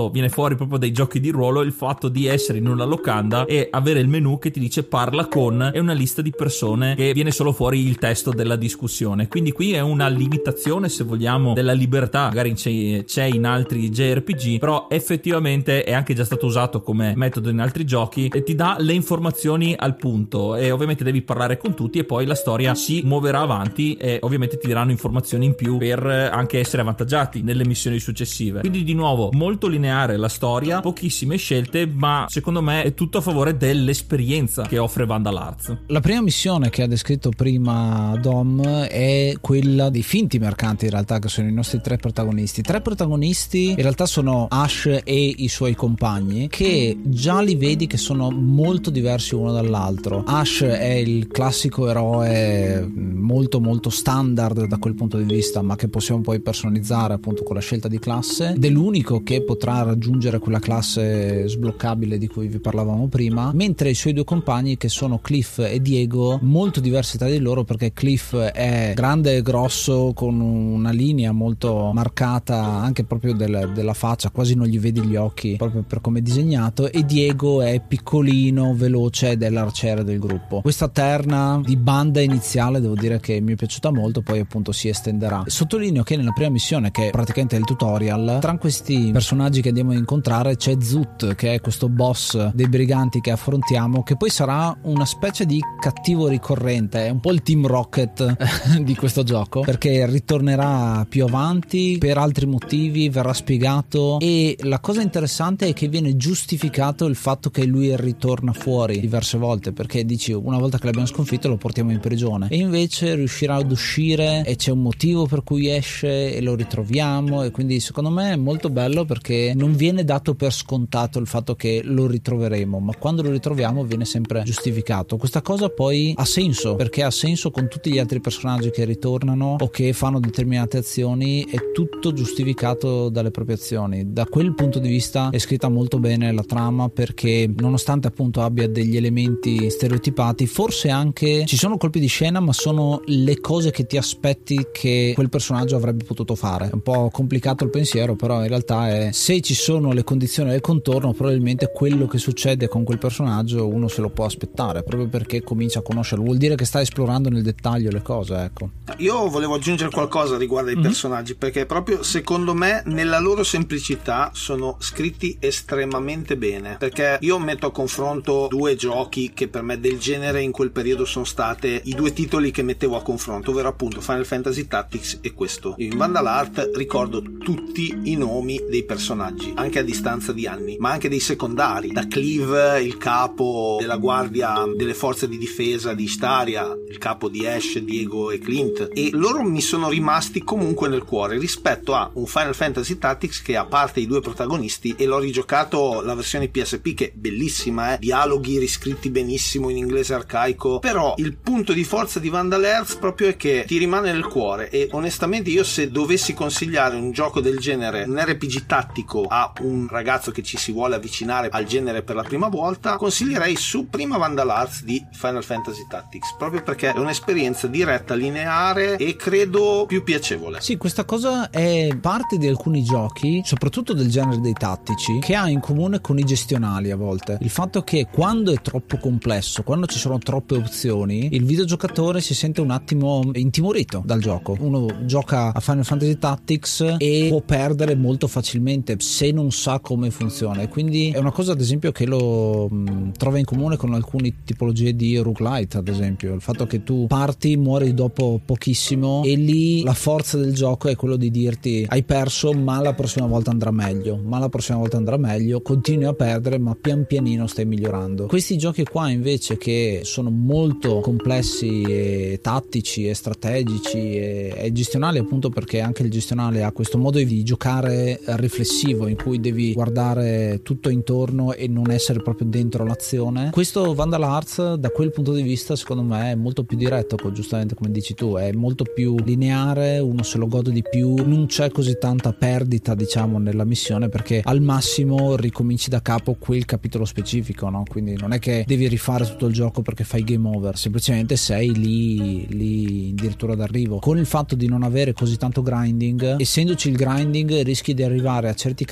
A: fuori proprio dai giochi di ruolo il fatto di essere in una locanda e avere il menu che ti dice parla con, e una lista di persone che viene solo fuori il testo della discussione. Quindi qui è una limitazione, se vogliamo, della libertà, magari c'è, c'è in altri J R P G, però effettivamente è anche già stato usato come metodo in altri giochi e ti dà le informazioni al punto, e ovviamente devi parlare con tutti e poi la storia si muoverà avanti e ovviamente ti daranno informazioni in più per anche essere avvantaggiati nelle missioni successive. Quindi di nuovo molto lineare la storia, pochissime scelte, ma secondo me è tutto a favore dell'esperienza che offre Vandal Hearts. La
B: prima missione che ha descritto prima Dom è quella dei finti mercanti, in realtà, che sono i nostri tre protagonisti. Tre protagonisti in realtà sono Ash e i suoi compagni, che già li vedi che sono molto diversi uno dall'altro. Ash è il classico eroe molto molto standard da quel punto di vista, ma che possiamo poi personalizzare appunto con la scelta di classe, ed è l'unico che potrà raggiungere quella classe sbloccabile di cui vi parlavamo prima, mentre i suoi due compagni, che sono Cliff e Diego, molto diversi tra di loro, perché Cliff è grande e grosso con una linea molto marcata anche proprio del, della faccia, quasi non gli vedi gli occhi proprio per come è disegnato, e Diego è piccolino, veloce ed è l'arciere del gruppo. Questa terna di banda iniziale devo dire che mi è piaciuta molto, poi appunto si estenderà. Sottolineo che nella prima missione, che praticamente è il tutorial, tra questi personaggi che andiamo a incontrare c'è Zut, che è questo boss dei briganti che affrontiamo, che poi sarà una specie di cattivo ricorrente, è un po' il Team Rocket di questo gioco, perché ritornerà più avanti per altri motivi, verrà spiegato, e la cosa interessante è che viene giustificato il fatto che lui ritorna fuori diverse volte, perché dici una volta che l'abbiamo sconfitto lo portiamo in prigione, e invece riuscirà ad uscire e c'è un motivo per cui esce e lo ritroviamo, e quindi secondo me è molto bello perché non viene dato per scontato il fatto che lo ritroveremo, ma quando lo ritroviamo viene sempre giustificato. Questa cosa poi ha senso, perché ha senso con tutti gli altri personaggi che ritornano o che fanno determinate azioni, è tutto giustificato dalle proprie azioni. Da quel punto di vista è scritta molto bene la trama, perché nonostante appunto abbia degli elementi stereotipati, forse anche ci sono colpi di scena, ma sono le cose che ti aspetti che quel personaggio avrebbe potuto fare. È un po' complicato il pensiero, però in realtà è, se ci sono le condizioni del contorno, probabilmente quello che succede con quel personaggio uno se lo può aspettare, proprio perché comincia a conoscerlo, vuol dire che sta esplorando nel dettaglio le cose, ecco.
C: Io volevo aggiungere qualcosa riguardo ai mm-hmm. personaggi, perché proprio secondo me nella loro semplicità sono scritti estremamente bene, perché io metto a confronto due giochi che per me del genere in quel periodo sono state i due titoli che mettevo a confronto, ovvero appunto Final Fantasy Tactics e questo. Io in Vandal Hearts ricordo tutti i nomi dei personaggi, anche a distanza di anni, ma anche dei secondari, da Cleave, il capo della guardia delle forze di difesa di Ishtaria, il capo di Ash, Diego e Clint, e loro mi sono rimasti comunque nel cuore rispetto a un Final Fantasy Tactics che, a parte i due protagonisti, e l'ho rigiocato la versione P S P che è bellissima, eh? dialoghi riscritti benissimo in inglese arcaico, però il punto di forza di Vandal Hearts proprio è che ti rimane nel cuore. E onestamente io, se dovessi consigliare un gioco del genere, un R P G tattico, a un ragazzo che ci si vuole avvicinare al genere per la prima volta, consiglierei su prima Vandal Hearts di Final Fantasy Tactics, proprio perché è un'esperienza diretta, lineare e credo più piacevole.
B: Sì, questa cosa è parte di alcuni giochi, soprattutto del genere dei tattici, che ha in comune con i gestionali a volte. Il fatto che quando è troppo complesso, quando ci sono troppe opzioni, il videogiocatore si sente un attimo intimorito dal gioco. Uno gioca a Final Fantasy Tactics e può perdere molto facilmente se non sa come funziona, e quindi è una cosa ad esempio che lo mh, trova in comune con alcune tipologie di roguelite, ad esempio il fatto che tu parti, muori dopo pochissimo, e lì la forza del gioco è quello di dirti hai perso ma la prossima volta andrà meglio, ma la prossima volta andrà meglio, continui a perdere ma pian pianino stai migliorando. Questi giochi qua invece, che sono molto complessi e tattici e strategici e, e gestionali, appunto perché anche il gestionale ha questo modo di giocare riflessivo in cui devi guardare tutto intorno e non essere proprio dentro l'azione. Questo Vandal Hearts da quel punto di vista secondo me è molto più diretto, giustamente come dici tu, è molto più lineare, uno se lo gode di più, non c'è così tanta perdita diciamo nella missione, perché al massimo ricominci da capo quel capitolo specifico, no? Quindi non è che devi rifare tutto il gioco perché fai game over, semplicemente sei lì lì in dirittura d'arrivo. Con il fatto di non avere così tanto grinding, essendoci il grinding rischi di arrivare a certi capitoli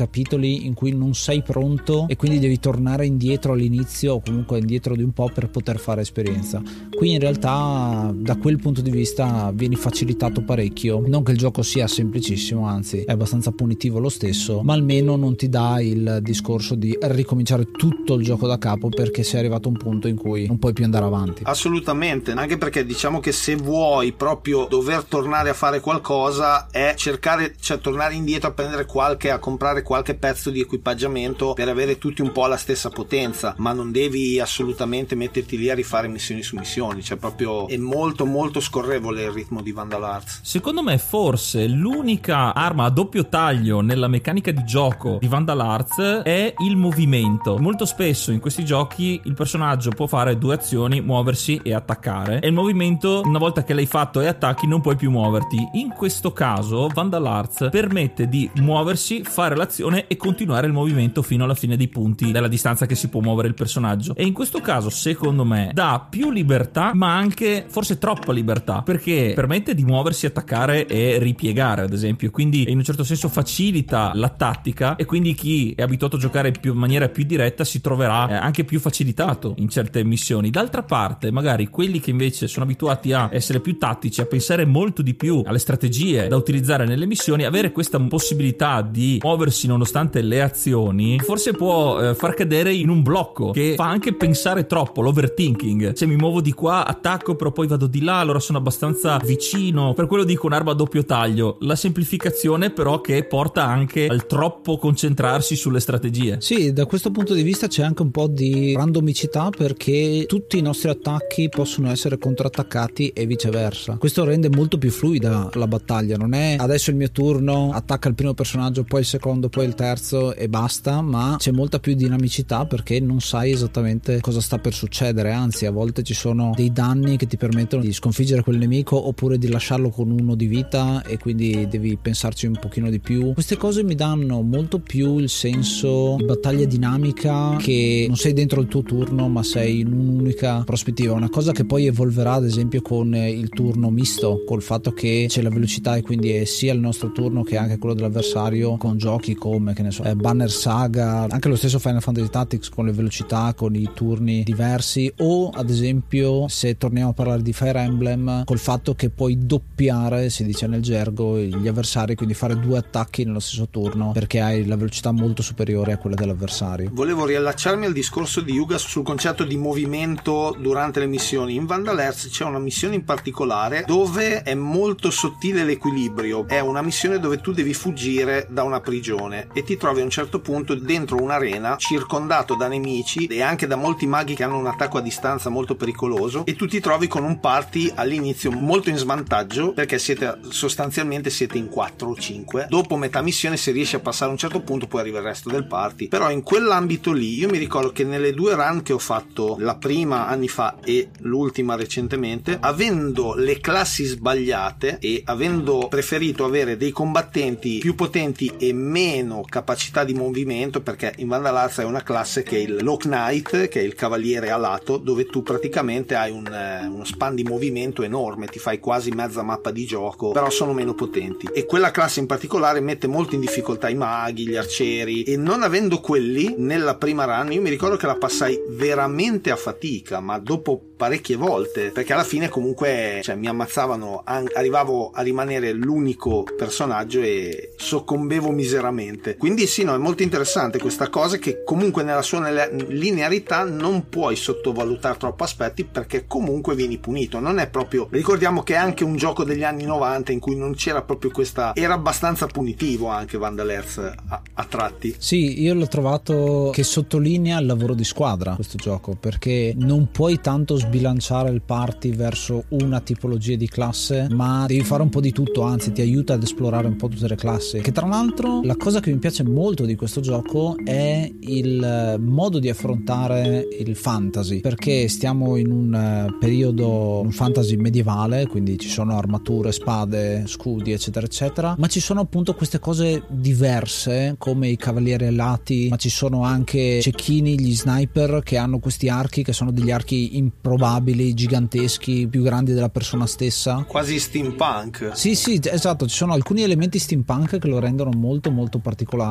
B: piccoli in cui non sei pronto e quindi devi tornare indietro all'inizio o comunque indietro di un po' per poter fare esperienza. Qui in realtà da quel punto di vista vieni facilitato parecchio, non che il gioco sia semplicissimo, anzi è abbastanza punitivo lo stesso, ma almeno non ti dà il discorso di ricominciare tutto il gioco da capo perché sei arrivato a un punto in cui non puoi più andare avanti.
C: Assolutamente, anche perché diciamo che se vuoi proprio dover tornare a fare qualcosa è cercare, cioè tornare indietro a prendere qualche, a comprare qualche pezzo di equipaggiamento per avere tutti un po' la stessa potenza, ma non devi assolutamente metterti lì a rifare missioni su missioni, cioè proprio è molto molto scorrevole il ritmo di Vandal Hearts.
A: Secondo me forse l'unica arma a doppio taglio nella meccanica di gioco di Vandal Hearts è il movimento. Molto spesso in questi giochi il personaggio può fare due azioni, muoversi e attaccare, e il movimento, una volta che l'hai fatto e attacchi, non puoi più muoverti. In questo caso Vandal Hearts permette di muoversi, fare l'azione e continuare il movimento fino alla fine dei punti della distanza che si può muovere il personaggio, e in questo caso secondo me dà più libertà, ma anche forse troppa libertà, perché permette di muoversi, attaccare e ripiegare ad esempio, quindi in un certo senso facilita la tattica, e quindi chi è abituato a giocare più, in maniera più diretta si troverà eh, anche più facilitato in certe missioni. D'altra parte magari quelli che invece sono abituati a essere più tattici, a pensare molto di più alle strategie da utilizzare nelle missioni, avere questa possibilità di muoversi nonostante le azioni forse può eh, far cadere in un blocco che fa anche pensare troppo, l'overthinking, cioè mi muovo di qua, attacco, però poi vado di là, allora sono abbastanza vicino. Per quello dico un'arma a doppio taglio, la semplificazione però che porta anche al troppo concentrarsi sulle strategie.
B: Sì, da questo punto di vista c'è anche un po' di randomicità, perché tutti i nostri attacchi possono essere contrattaccati e viceversa. Questo rende molto più fluida la battaglia, non è adesso il mio turno, attacca il primo personaggio, poi il secondo, poi il terzo e basta, ma c'è molta più dinamicità perché non sai esattamente cosa sta per succedere, anzi a volte ci sono dei danni che ti permettono di sconfiggere quel nemico oppure di lasciarlo con uno di vita e quindi devi pensarci un pochino di più. Queste cose mi danno molto più il senso di battaglia dinamica, che non sei dentro il tuo turno ma sei in un'unica prospettiva, una cosa che poi evolverà ad esempio con il turno misto, col fatto che c'è la velocità e quindi è sia il nostro turno che anche quello dell'avversario, con giochi come che ne so Banner Saga, anche lo stesso Final Fantasy Tactics con le velocità, con i turni diversi, o ad esempio se torniamo a parlare di Fire Emblem col fatto che puoi doppiare, si dice nel gergo, gli avversari, quindi fare due attacchi nello stesso turno perché hai la velocità molto superiore a quella dell'avversario.
C: Volevo riallacciarmi al discorso di Yuga sul concetto di movimento durante le missioni. In Vandal Hearts c'è una missione in particolare dove è molto sottile l'equilibrio. È una missione dove tu devi fuggire da una prigione e ti trovi a un certo punto dentro un'arena circondato da nemici e anche da molti maghi che hanno un attacco a distanza molto pericoloso, e tu ti trovi con un party all'inizio molto in svantaggio perché siete sostanzialmente siete in quattro o cinque. Dopo metà missione, se riesci a passare a un certo punto, poi arriva il resto del party. Però in quell'ambito lì io mi ricordo che nelle due run che ho fatto, la prima anni fa e l'ultima recentemente, avendo le classi sbagliate e avendo preferito avere dei combattenti più potenti e meno capacità di movimento, perché in Vandal Hearts è una classe che è il Lock Knight, che è il cavaliere alato, dove tu praticamente hai un, eh, uno span di movimento enorme, ti fai quasi mezza mappa di gioco, però sono meno potenti, e quella classe in particolare mette molto in difficoltà i maghi, gli arcieri, e non avendo quelli nella prima run io mi ricordo che la passai veramente a fatica, ma dopo parecchie volte, perché alla fine comunque cioè, mi ammazzavano, arrivavo a rimanere l'unico personaggio e soccombevo miseramente. Quindi sì, no, è molto interessante questa cosa, che comunque nella sua linearità non puoi sottovalutare troppo aspetti, perché comunque vieni punito. Non è proprio, ricordiamo che è anche un gioco degli anni novanta in cui non c'era proprio questa, era abbastanza punitivo anche Vandal Hearts a, a tratti.
B: Sì, io l'ho trovato che sottolinea il lavoro di squadra questo gioco, perché non puoi tanto sbilanciare il party verso una tipologia di classe, ma devi fare un po' di tutto, anzi ti aiuta ad esplorare un po' tutte le classi. Che tra l'altro la cosa che mi piace molto di questo gioco è il modo di affrontare il fantasy, perché stiamo in un periodo, un fantasy medievale, quindi ci sono armature, spade, scudi eccetera eccetera, ma ci sono appunto queste cose diverse come i cavalieri alati, ma ci sono anche cecchini, gli sniper, che hanno questi archi che sono degli archi improbabili, giganteschi, più grandi della persona stessa,
C: quasi steampunk.
B: Sì sì esatto, ci sono alcuni elementi steampunk che lo rendono molto molto particolare.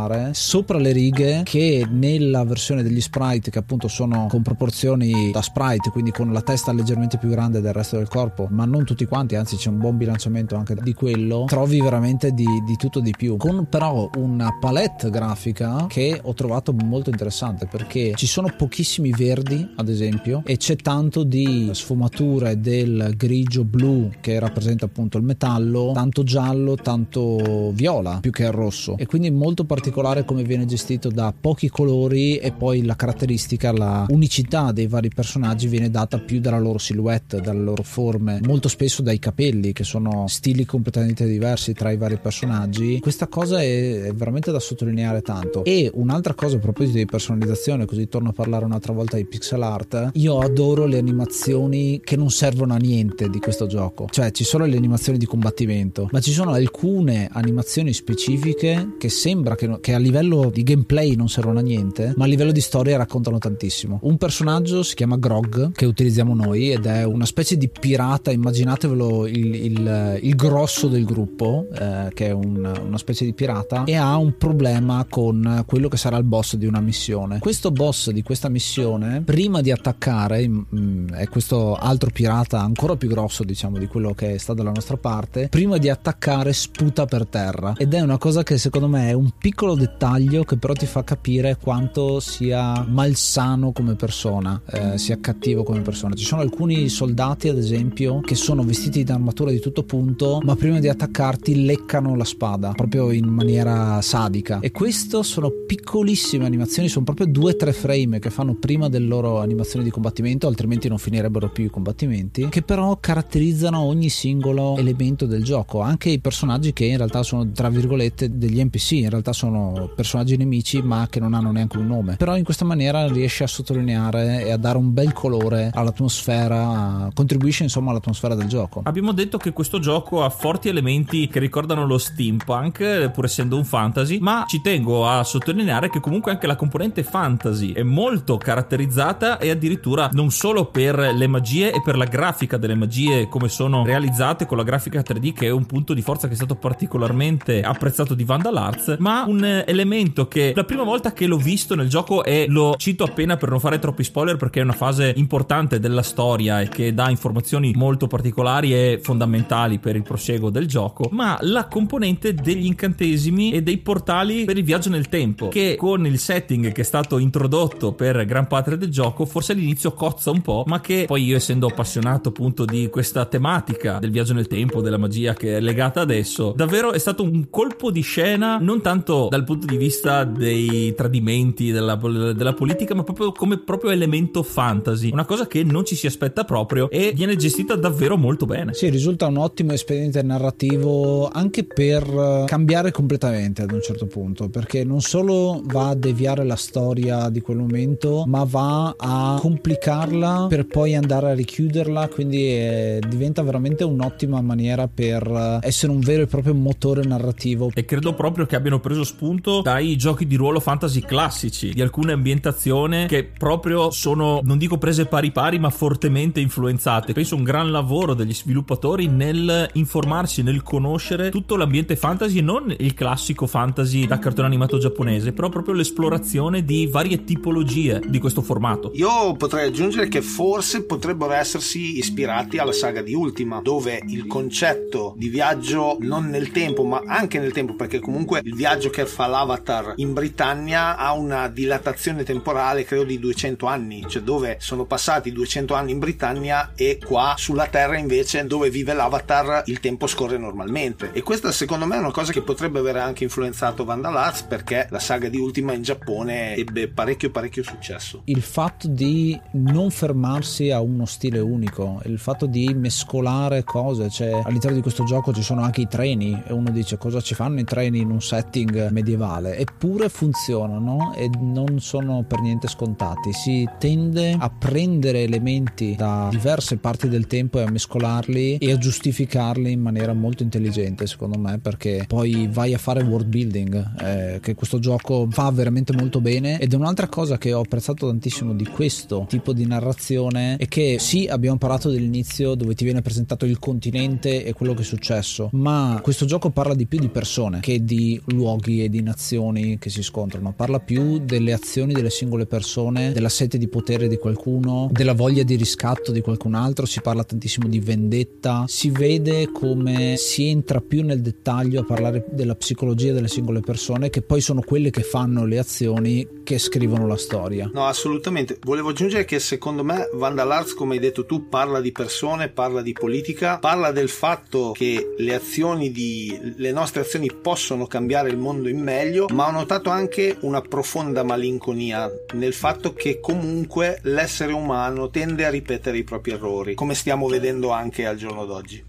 B: particolare sopra le righe, che nella versione degli sprite, che appunto sono con proporzioni da sprite, quindi con la testa leggermente più grande del resto del corpo, ma non tutti quanti, anzi c'è un buon bilanciamento anche di quello, trovi veramente di, di tutto di più, con però una palette grafica che ho trovato molto interessante, perché ci sono pochissimi verdi ad esempio, e c'è tanto di sfumature del grigio blu che rappresenta appunto il metallo, tanto giallo, tanto viola più che il rosso, e quindi molto particolare come viene gestito da pochi colori, e poi la caratteristica, la unicità dei vari personaggi viene data più dalla loro silhouette, dalle loro forme, molto spesso dai capelli, che sono stili completamente diversi tra i vari personaggi. Questa cosa è, è veramente da sottolineare tanto. E un'altra cosa a proposito di personalizzazione, così torno a parlare un'altra volta di pixel art, io adoro le animazioni che non servono a niente di questo gioco, cioè ci sono le animazioni di combattimento, ma ci sono alcune animazioni specifiche che sembra che, che a livello di gameplay non servono a niente, ma a livello di storia raccontano tantissimo. Un personaggio si chiama Grog, che utilizziamo noi, ed è una specie di pirata, immaginatevelo il, il, il grosso del gruppo, eh, che è un, una specie di pirata, e ha un problema con quello che sarà il boss di una missione. Questo boss di questa missione, prima di attaccare, mh, è questo altro pirata ancora più grosso diciamo di quello che sta dalla nostra parte, prima di attaccare sputa per terra, ed è una cosa che secondo me è un piccolo dettaglio che però ti fa capire quanto sia malsano come persona, eh, sia cattivo come persona. Ci sono alcuni soldati ad esempio che sono vestiti di armatura di tutto punto, ma prima di attaccarti leccano la spada proprio in maniera sadica, e questo sono piccolissime animazioni, sono proprio due o tre frame che fanno prima delle loro animazioni di combattimento, altrimenti non finirebbero più i combattimenti, che però caratterizzano ogni singolo elemento del gioco. Anche i personaggi, che in realtà sono tra virgolette degli N P C, in realtà sono personaggi nemici ma che non hanno neanche un nome, però in questa maniera riesce a sottolineare e a dare un bel colore all'atmosfera, contribuisce insomma all'atmosfera del gioco.
A: Abbiamo detto che questo gioco ha forti elementi che ricordano lo steampunk, pur essendo un fantasy, ma ci tengo a sottolineare che comunque anche la componente fantasy è molto caratterizzata, e addirittura non solo per le magie e per la grafica delle magie come sono realizzate con la grafica tre D, che è un punto di forza che è stato particolarmente apprezzato di Vandal Arts, ma un elemento che la prima volta che l'ho visto nel gioco, e lo cito appena per non fare troppi spoiler perché è una fase importante della storia e che dà informazioni molto particolari e fondamentali per il proseguo del gioco, ma la componente degli incantesimi e dei portali per il viaggio nel tempo, che con il setting che è stato introdotto per gran parte del gioco forse all'inizio cozza un po', ma che poi io, essendo appassionato appunto di questa tematica del viaggio nel tempo, della magia che è legata adesso, davvero è stato un colpo di scena, non tanto dal punto di vista dei tradimenti della, della politica, ma proprio come proprio elemento fantasy, una cosa che non ci si aspetta proprio, e viene gestita davvero molto bene.
B: Sì, risulta un ottimo espediente narrativo anche per cambiare completamente ad un certo punto, perché non solo va a deviare la storia di quel momento, ma va a complicarla per poi andare a richiuderla, quindi è, diventa veramente un'ottima maniera per essere un vero e proprio motore narrativo.
A: E credo proprio che abbiano preso spunto dai giochi di ruolo fantasy classici, di alcune ambientazioni che proprio sono, non dico prese pari pari, ma fortemente influenzate. Penso un gran lavoro degli sviluppatori nel informarsi, nel conoscere tutto l'ambiente fantasy, non il classico fantasy da cartone animato giapponese, però proprio l'esplorazione di varie tipologie di questo formato.
C: Io potrei aggiungere che forse potrebbero essersi ispirati alla saga di Ultima, dove il concetto di viaggio non nel tempo ma anche nel tempo, perché comunque il viaggio che fa l'avatar in Britannia ha una dilatazione temporale credo di duecento anni, cioè dove sono passati duecento anni in Britannia, e qua sulla Terra invece dove vive l'avatar il tempo scorre normalmente. E questa secondo me è una cosa che potrebbe aver anche influenzato Vandal Arts, perché la saga di Ultima in Giappone ebbe parecchio parecchio successo.
B: Il fatto di non fermarsi a uno stile unico, il fatto di mescolare cose, cioè all'interno di questo gioco ci sono anche i treni, e uno dice cosa ci fanno i treni in un setting medievale, eppure funzionano e non sono per niente scontati. Si tende a prendere elementi da diverse parti del tempo e a mescolarli e a giustificarli in maniera molto intelligente, secondo me, perché poi vai a fare world building, eh, che questo gioco fa veramente molto bene. Ed è un'altra cosa che ho apprezzato tantissimo di questo tipo di narrazione è che sì, abbiamo parlato dell'inizio dove ti viene presentato il continente e quello che è successo, ma questo gioco parla di più di persone che di luoghi e di di nazioni che si scontrano, parla più delle azioni delle singole persone, della sete di potere di qualcuno, della voglia di riscatto di qualcun altro. Si parla tantissimo di vendetta, si vede come si entra più nel dettaglio a parlare della psicologia delle singole persone, che poi sono quelle che fanno le azioni, che scrivono la storia.
C: No, assolutamente. Volevo aggiungere che secondo me Vandal Hearts, come hai detto tu, parla di persone, parla di politica, parla del fatto che le azioni di le nostre azioni possono cambiare il mondo in meglio, ma ho notato anche una profonda malinconia nel fatto che comunque l'essere umano tende a ripetere i propri errori, come stiamo vedendo anche al giorno d'oggi.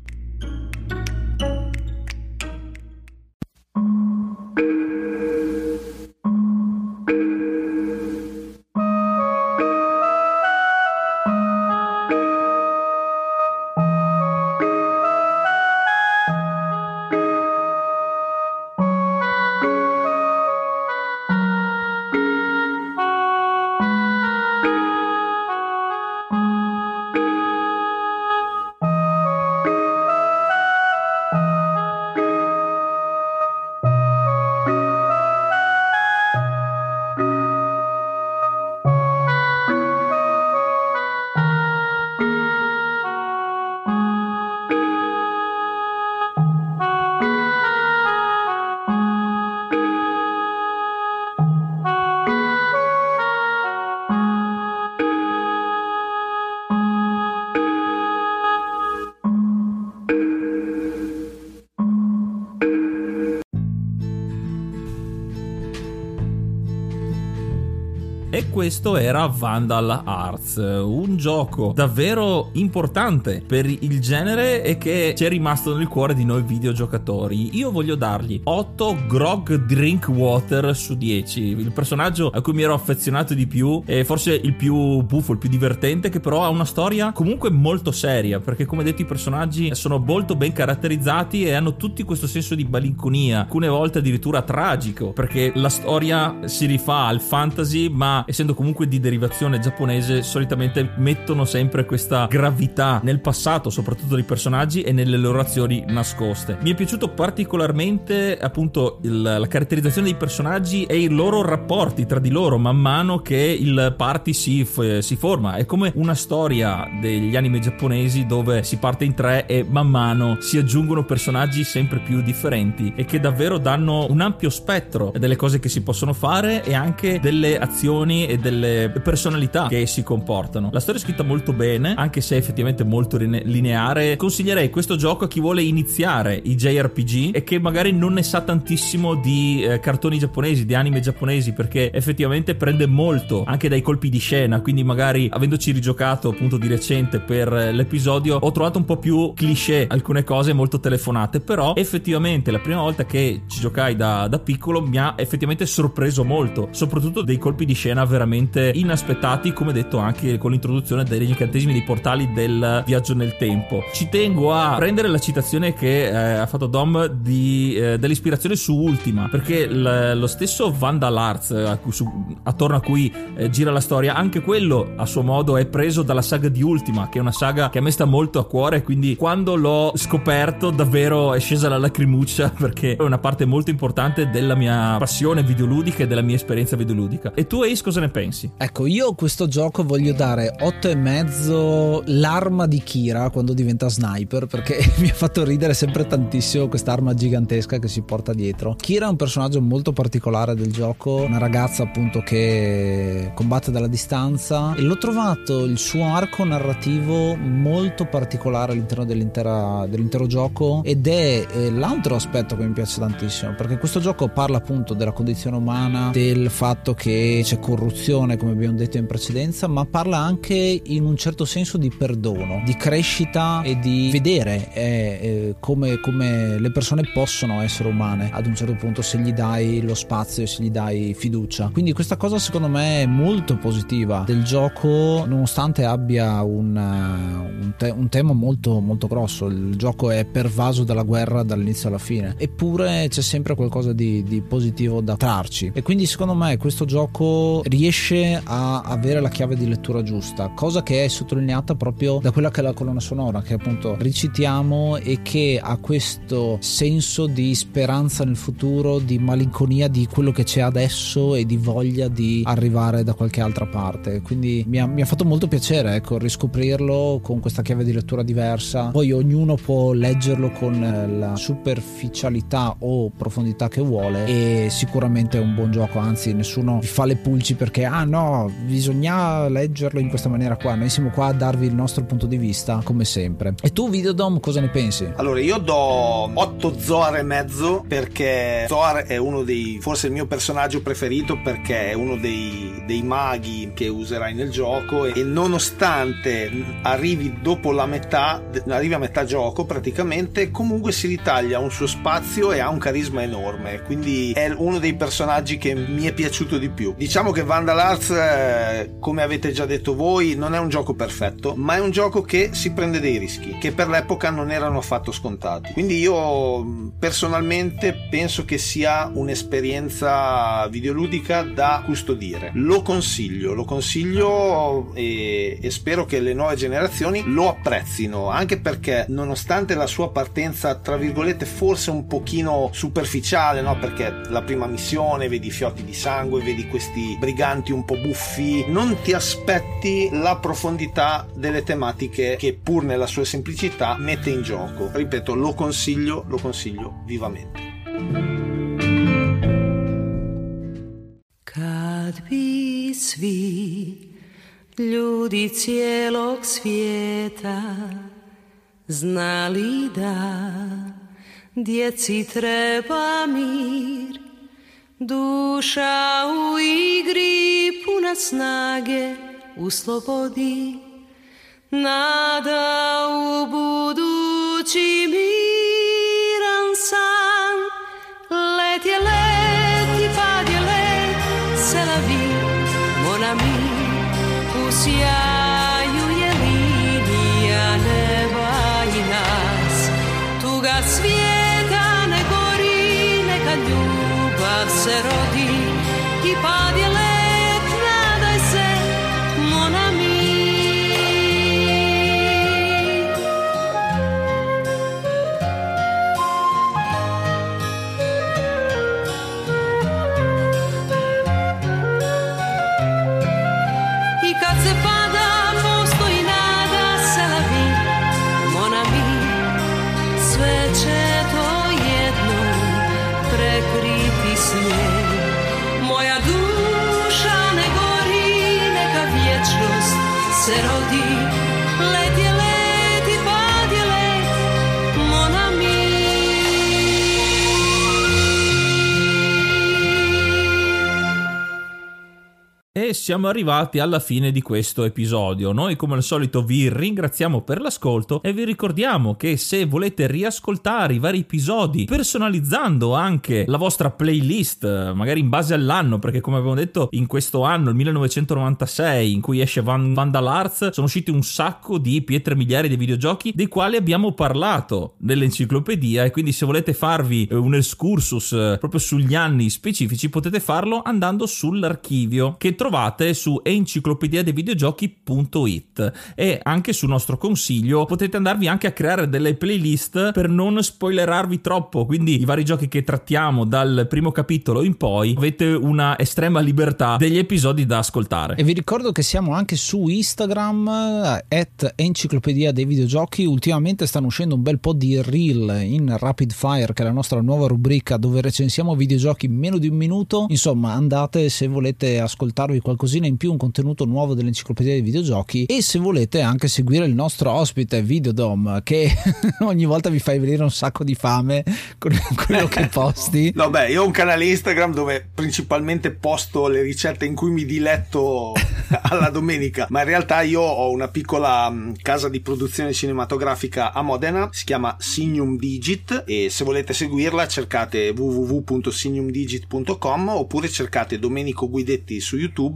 A: E questo era Vandal Hearts, un gioco davvero importante per il genere e che ci è rimasto nel cuore di noi videogiocatori. Io voglio dargli otto grog drink water su dieci. Il personaggio a cui mi ero affezionato di più è forse il più buffo, il più divertente, che però ha una storia comunque molto seria, perché come detto i personaggi sono molto ben caratterizzati e hanno tutti questo senso di malinconia, alcune volte addirittura tragico, perché la storia si rifà al fantasy, ma essendo comunque di derivazione giapponese solitamente mettono sempre questa gravità nel passato, soprattutto dei personaggi e nelle loro azioni nascoste. Mi è piaciuto particolarmente appunto il, la caratterizzazione dei personaggi e i loro rapporti tra di loro man mano che il party si, f- si forma. È come una storia degli anime giapponesi dove si parte in tre e man mano si aggiungono personaggi sempre più differenti e che davvero danno un ampio spettro delle cose che si possono fare e anche delle azioni e delle personalità che si comportano. La storia è scritta molto bene, anche se è effettivamente molto lineare. Consiglierei questo gioco a chi vuole iniziare i J R P G e che magari non ne sa tantissimo di eh, cartoni giapponesi, di anime giapponesi, perché effettivamente prende molto anche dai colpi di scena, quindi magari avendoci rigiocato appunto di recente per l'episodio ho trovato un po' più cliché alcune cose molto telefonate, però effettivamente la prima volta che ci giocai da, da piccolo mi ha effettivamente sorpreso molto, soprattutto dei colpi di scena veramente inaspettati, come detto anche con l'introduzione degli incantesimi dei portali del viaggio nel tempo. Ci tengo a prendere la citazione che eh, ha fatto Dom di, eh, dell'ispirazione su Ultima, perché l- lo stesso Vandal Hearts a cui, su, attorno a cui eh, gira la storia, anche quello a suo modo è preso dalla saga di Ultima, che è una saga che a me sta molto a cuore, quindi quando l'ho scoperto davvero è scesa la lacrimuccia, perché è una parte molto importante della mia passione videoludica e della mia esperienza videoludica. E tu, Ace, cosa ne pensi?
B: Ecco, io questo gioco voglio dare otto e mezzo, l'arma di Kira quando diventa sniper, perché mi ha fatto ridere sempre tantissimo quest'arma gigantesca che si porta dietro. Kira è un personaggio molto particolare del gioco, una ragazza appunto che combatte dalla distanza, e l'ho trovato il suo arco narrativo molto particolare all'interno dell'intera, dell'intero gioco, ed è eh, l'altro aspetto che mi piace tantissimo, perché questo gioco parla appunto della condizione umana, del fatto che c'è corruzione, come abbiamo detto in precedenza, ma parla anche in un certo senso di perdono, di crescita e di vedere eh, eh, come, come le persone possono essere umane ad un certo punto, se gli dai lo spazio e se gli dai fiducia. Quindi questa cosa secondo me è molto positiva del gioco, nonostante abbia un, un, te- un tema molto molto grosso. Il gioco è pervaso dalla guerra dall'inizio alla fine, eppure c'è sempre qualcosa di, di positivo da trarci, e quindi secondo me questo gioco riesce a avere la chiave di lettura giusta, cosa che è sottolineata proprio da quella che è la colonna sonora, che appunto recitiamo e che ha questo senso di speranza nel futuro, di malinconia di quello che c'è adesso e di voglia di arrivare da qualche altra parte. Quindi mi ha, mi ha fatto molto piacere, ecco, riscoprirlo con questa chiave di lettura diversa. Poi ognuno può leggerlo con la superficialità o profondità che vuole, e sicuramente è un buon gioco, anzi nessuno vi fa le pulci perché ah no, bisogna leggerlo in questa maniera qua. Noi siamo qua a darvi il nostro punto di vista come sempre. E tu, Videodome, cosa ne pensi?
C: Allora, io do otto Zoar e mezzo, perché Zoar è uno dei, forse il mio personaggio preferito, perché è uno dei, dei maghi che userai nel gioco, e nonostante arrivi dopo la metà, arrivi a metà gioco praticamente, comunque si ritaglia un suo spazio e ha un carisma enorme, quindi è uno dei personaggi che mi è piaciuto di più. Diciamo che Vandal Hearts, eh, come avete già detto voi, non è un gioco perfetto, ma è un gioco che si prende dei rischi che per l'epoca non erano affatto scontati, quindi io personalmente penso che sia un'esperienza videoludica da custodire. Lo consiglio, lo consiglio e, e spero che le nuove generazioni lo apprezzino, anche perché nonostante la sua partenza tra virgolette forse un pochino superficiale, no? Perché la prima missione vedi fiotti di sangue, vedi questi briganti un po' buffi, non ti aspetti la profondità delle tematiche che pur nella sua semplicità mette in gioco. Ripeto, lo consiglio, lo consiglio vivamente.
D: Kad bi svi ljudi cijelog svijeta znali da djeci treba mir, duša u igri puna snage u slobodi, nada u budući miran san. Let je let i pad je let, c'est la vie, mon ami, u sjaju je linija neba i nas. Tuga svijeta ne gori, neka ljubav se rodi, i pad je let, nadaj se, mon ami. Moja duša ne gori, neka vječnost se rodi. Let je let i pad je let, mon ami.
A: E siamo arrivati alla fine di questo episodio. Noi come al solito vi ringraziamo per l'ascolto e vi ricordiamo che se volete riascoltare i vari episodi personalizzando anche la vostra playlist, magari in base all'anno, perché come abbiamo detto in questo anno, il millenovecentonovantasei, in cui esce Van- Vandal Hearts, sono usciti un sacco di pietre miliari di videogiochi dei quali abbiamo parlato nell'enciclopedia, e quindi se volete farvi un excursus proprio sugli anni specifici potete farlo andando sull'archivio che trovate su enciclopedia dei videogiochi punto it, e anche sul nostro consiglio potete andarvi anche a creare delle playlist per non spoilerarvi troppo, quindi i vari giochi che trattiamo dal primo capitolo in poi avete una estrema libertà degli episodi da ascoltare.
B: E vi ricordo che siamo anche su Instagram at enciclopedia dei videogiochi. Ultimamente stanno uscendo un bel po' di reel in Rapid Fire, che è la nostra nuova rubrica dove recensiamo videogiochi in meno di un minuto. Insomma, andate se volete ascoltarvi qualcosina in più, un contenuto nuovo dell'enciclopedia dei videogiochi, e se volete anche seguire il nostro ospite Videodome, che ogni volta vi fai venire un sacco di fame con quello che posti.
C: No, beh, io ho un canale Instagram dove principalmente posto le ricette in cui mi diletto alla domenica, ma in realtà io ho una piccola casa di produzione cinematografica a Modena, si chiama Signum Digit, e se volete seguirla cercate w w w punto signum digit punto com oppure cercate Domenico Guidetti su YouTube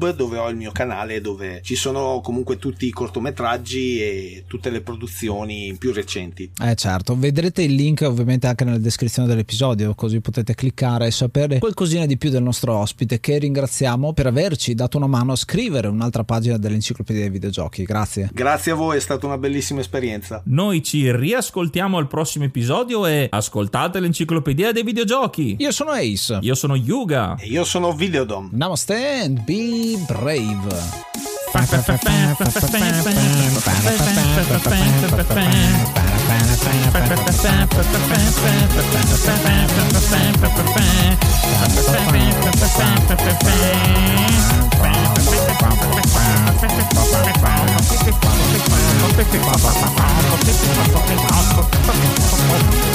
C: YouTube, dove ho il mio canale, dove ci sono comunque tutti i cortometraggi e tutte le produzioni più recenti.
B: Eh certo, vedrete il link ovviamente anche nella descrizione dell'episodio, così potete cliccare e sapere qualcosina di più del nostro ospite, che ringraziamo per averci dato una mano a scrivere un'altra pagina dell'Enciclopedia dei Videogiochi. Grazie.
C: Grazie a voi, è stata una bellissima esperienza.
A: Noi ci riascoltiamo al prossimo episodio e ascoltate l'Enciclopedia dei Videogiochi.
B: Io sono Ace.
A: Io sono Yuga.
C: E io sono Videodom.
B: Namaste and be brave.
D: Thank you.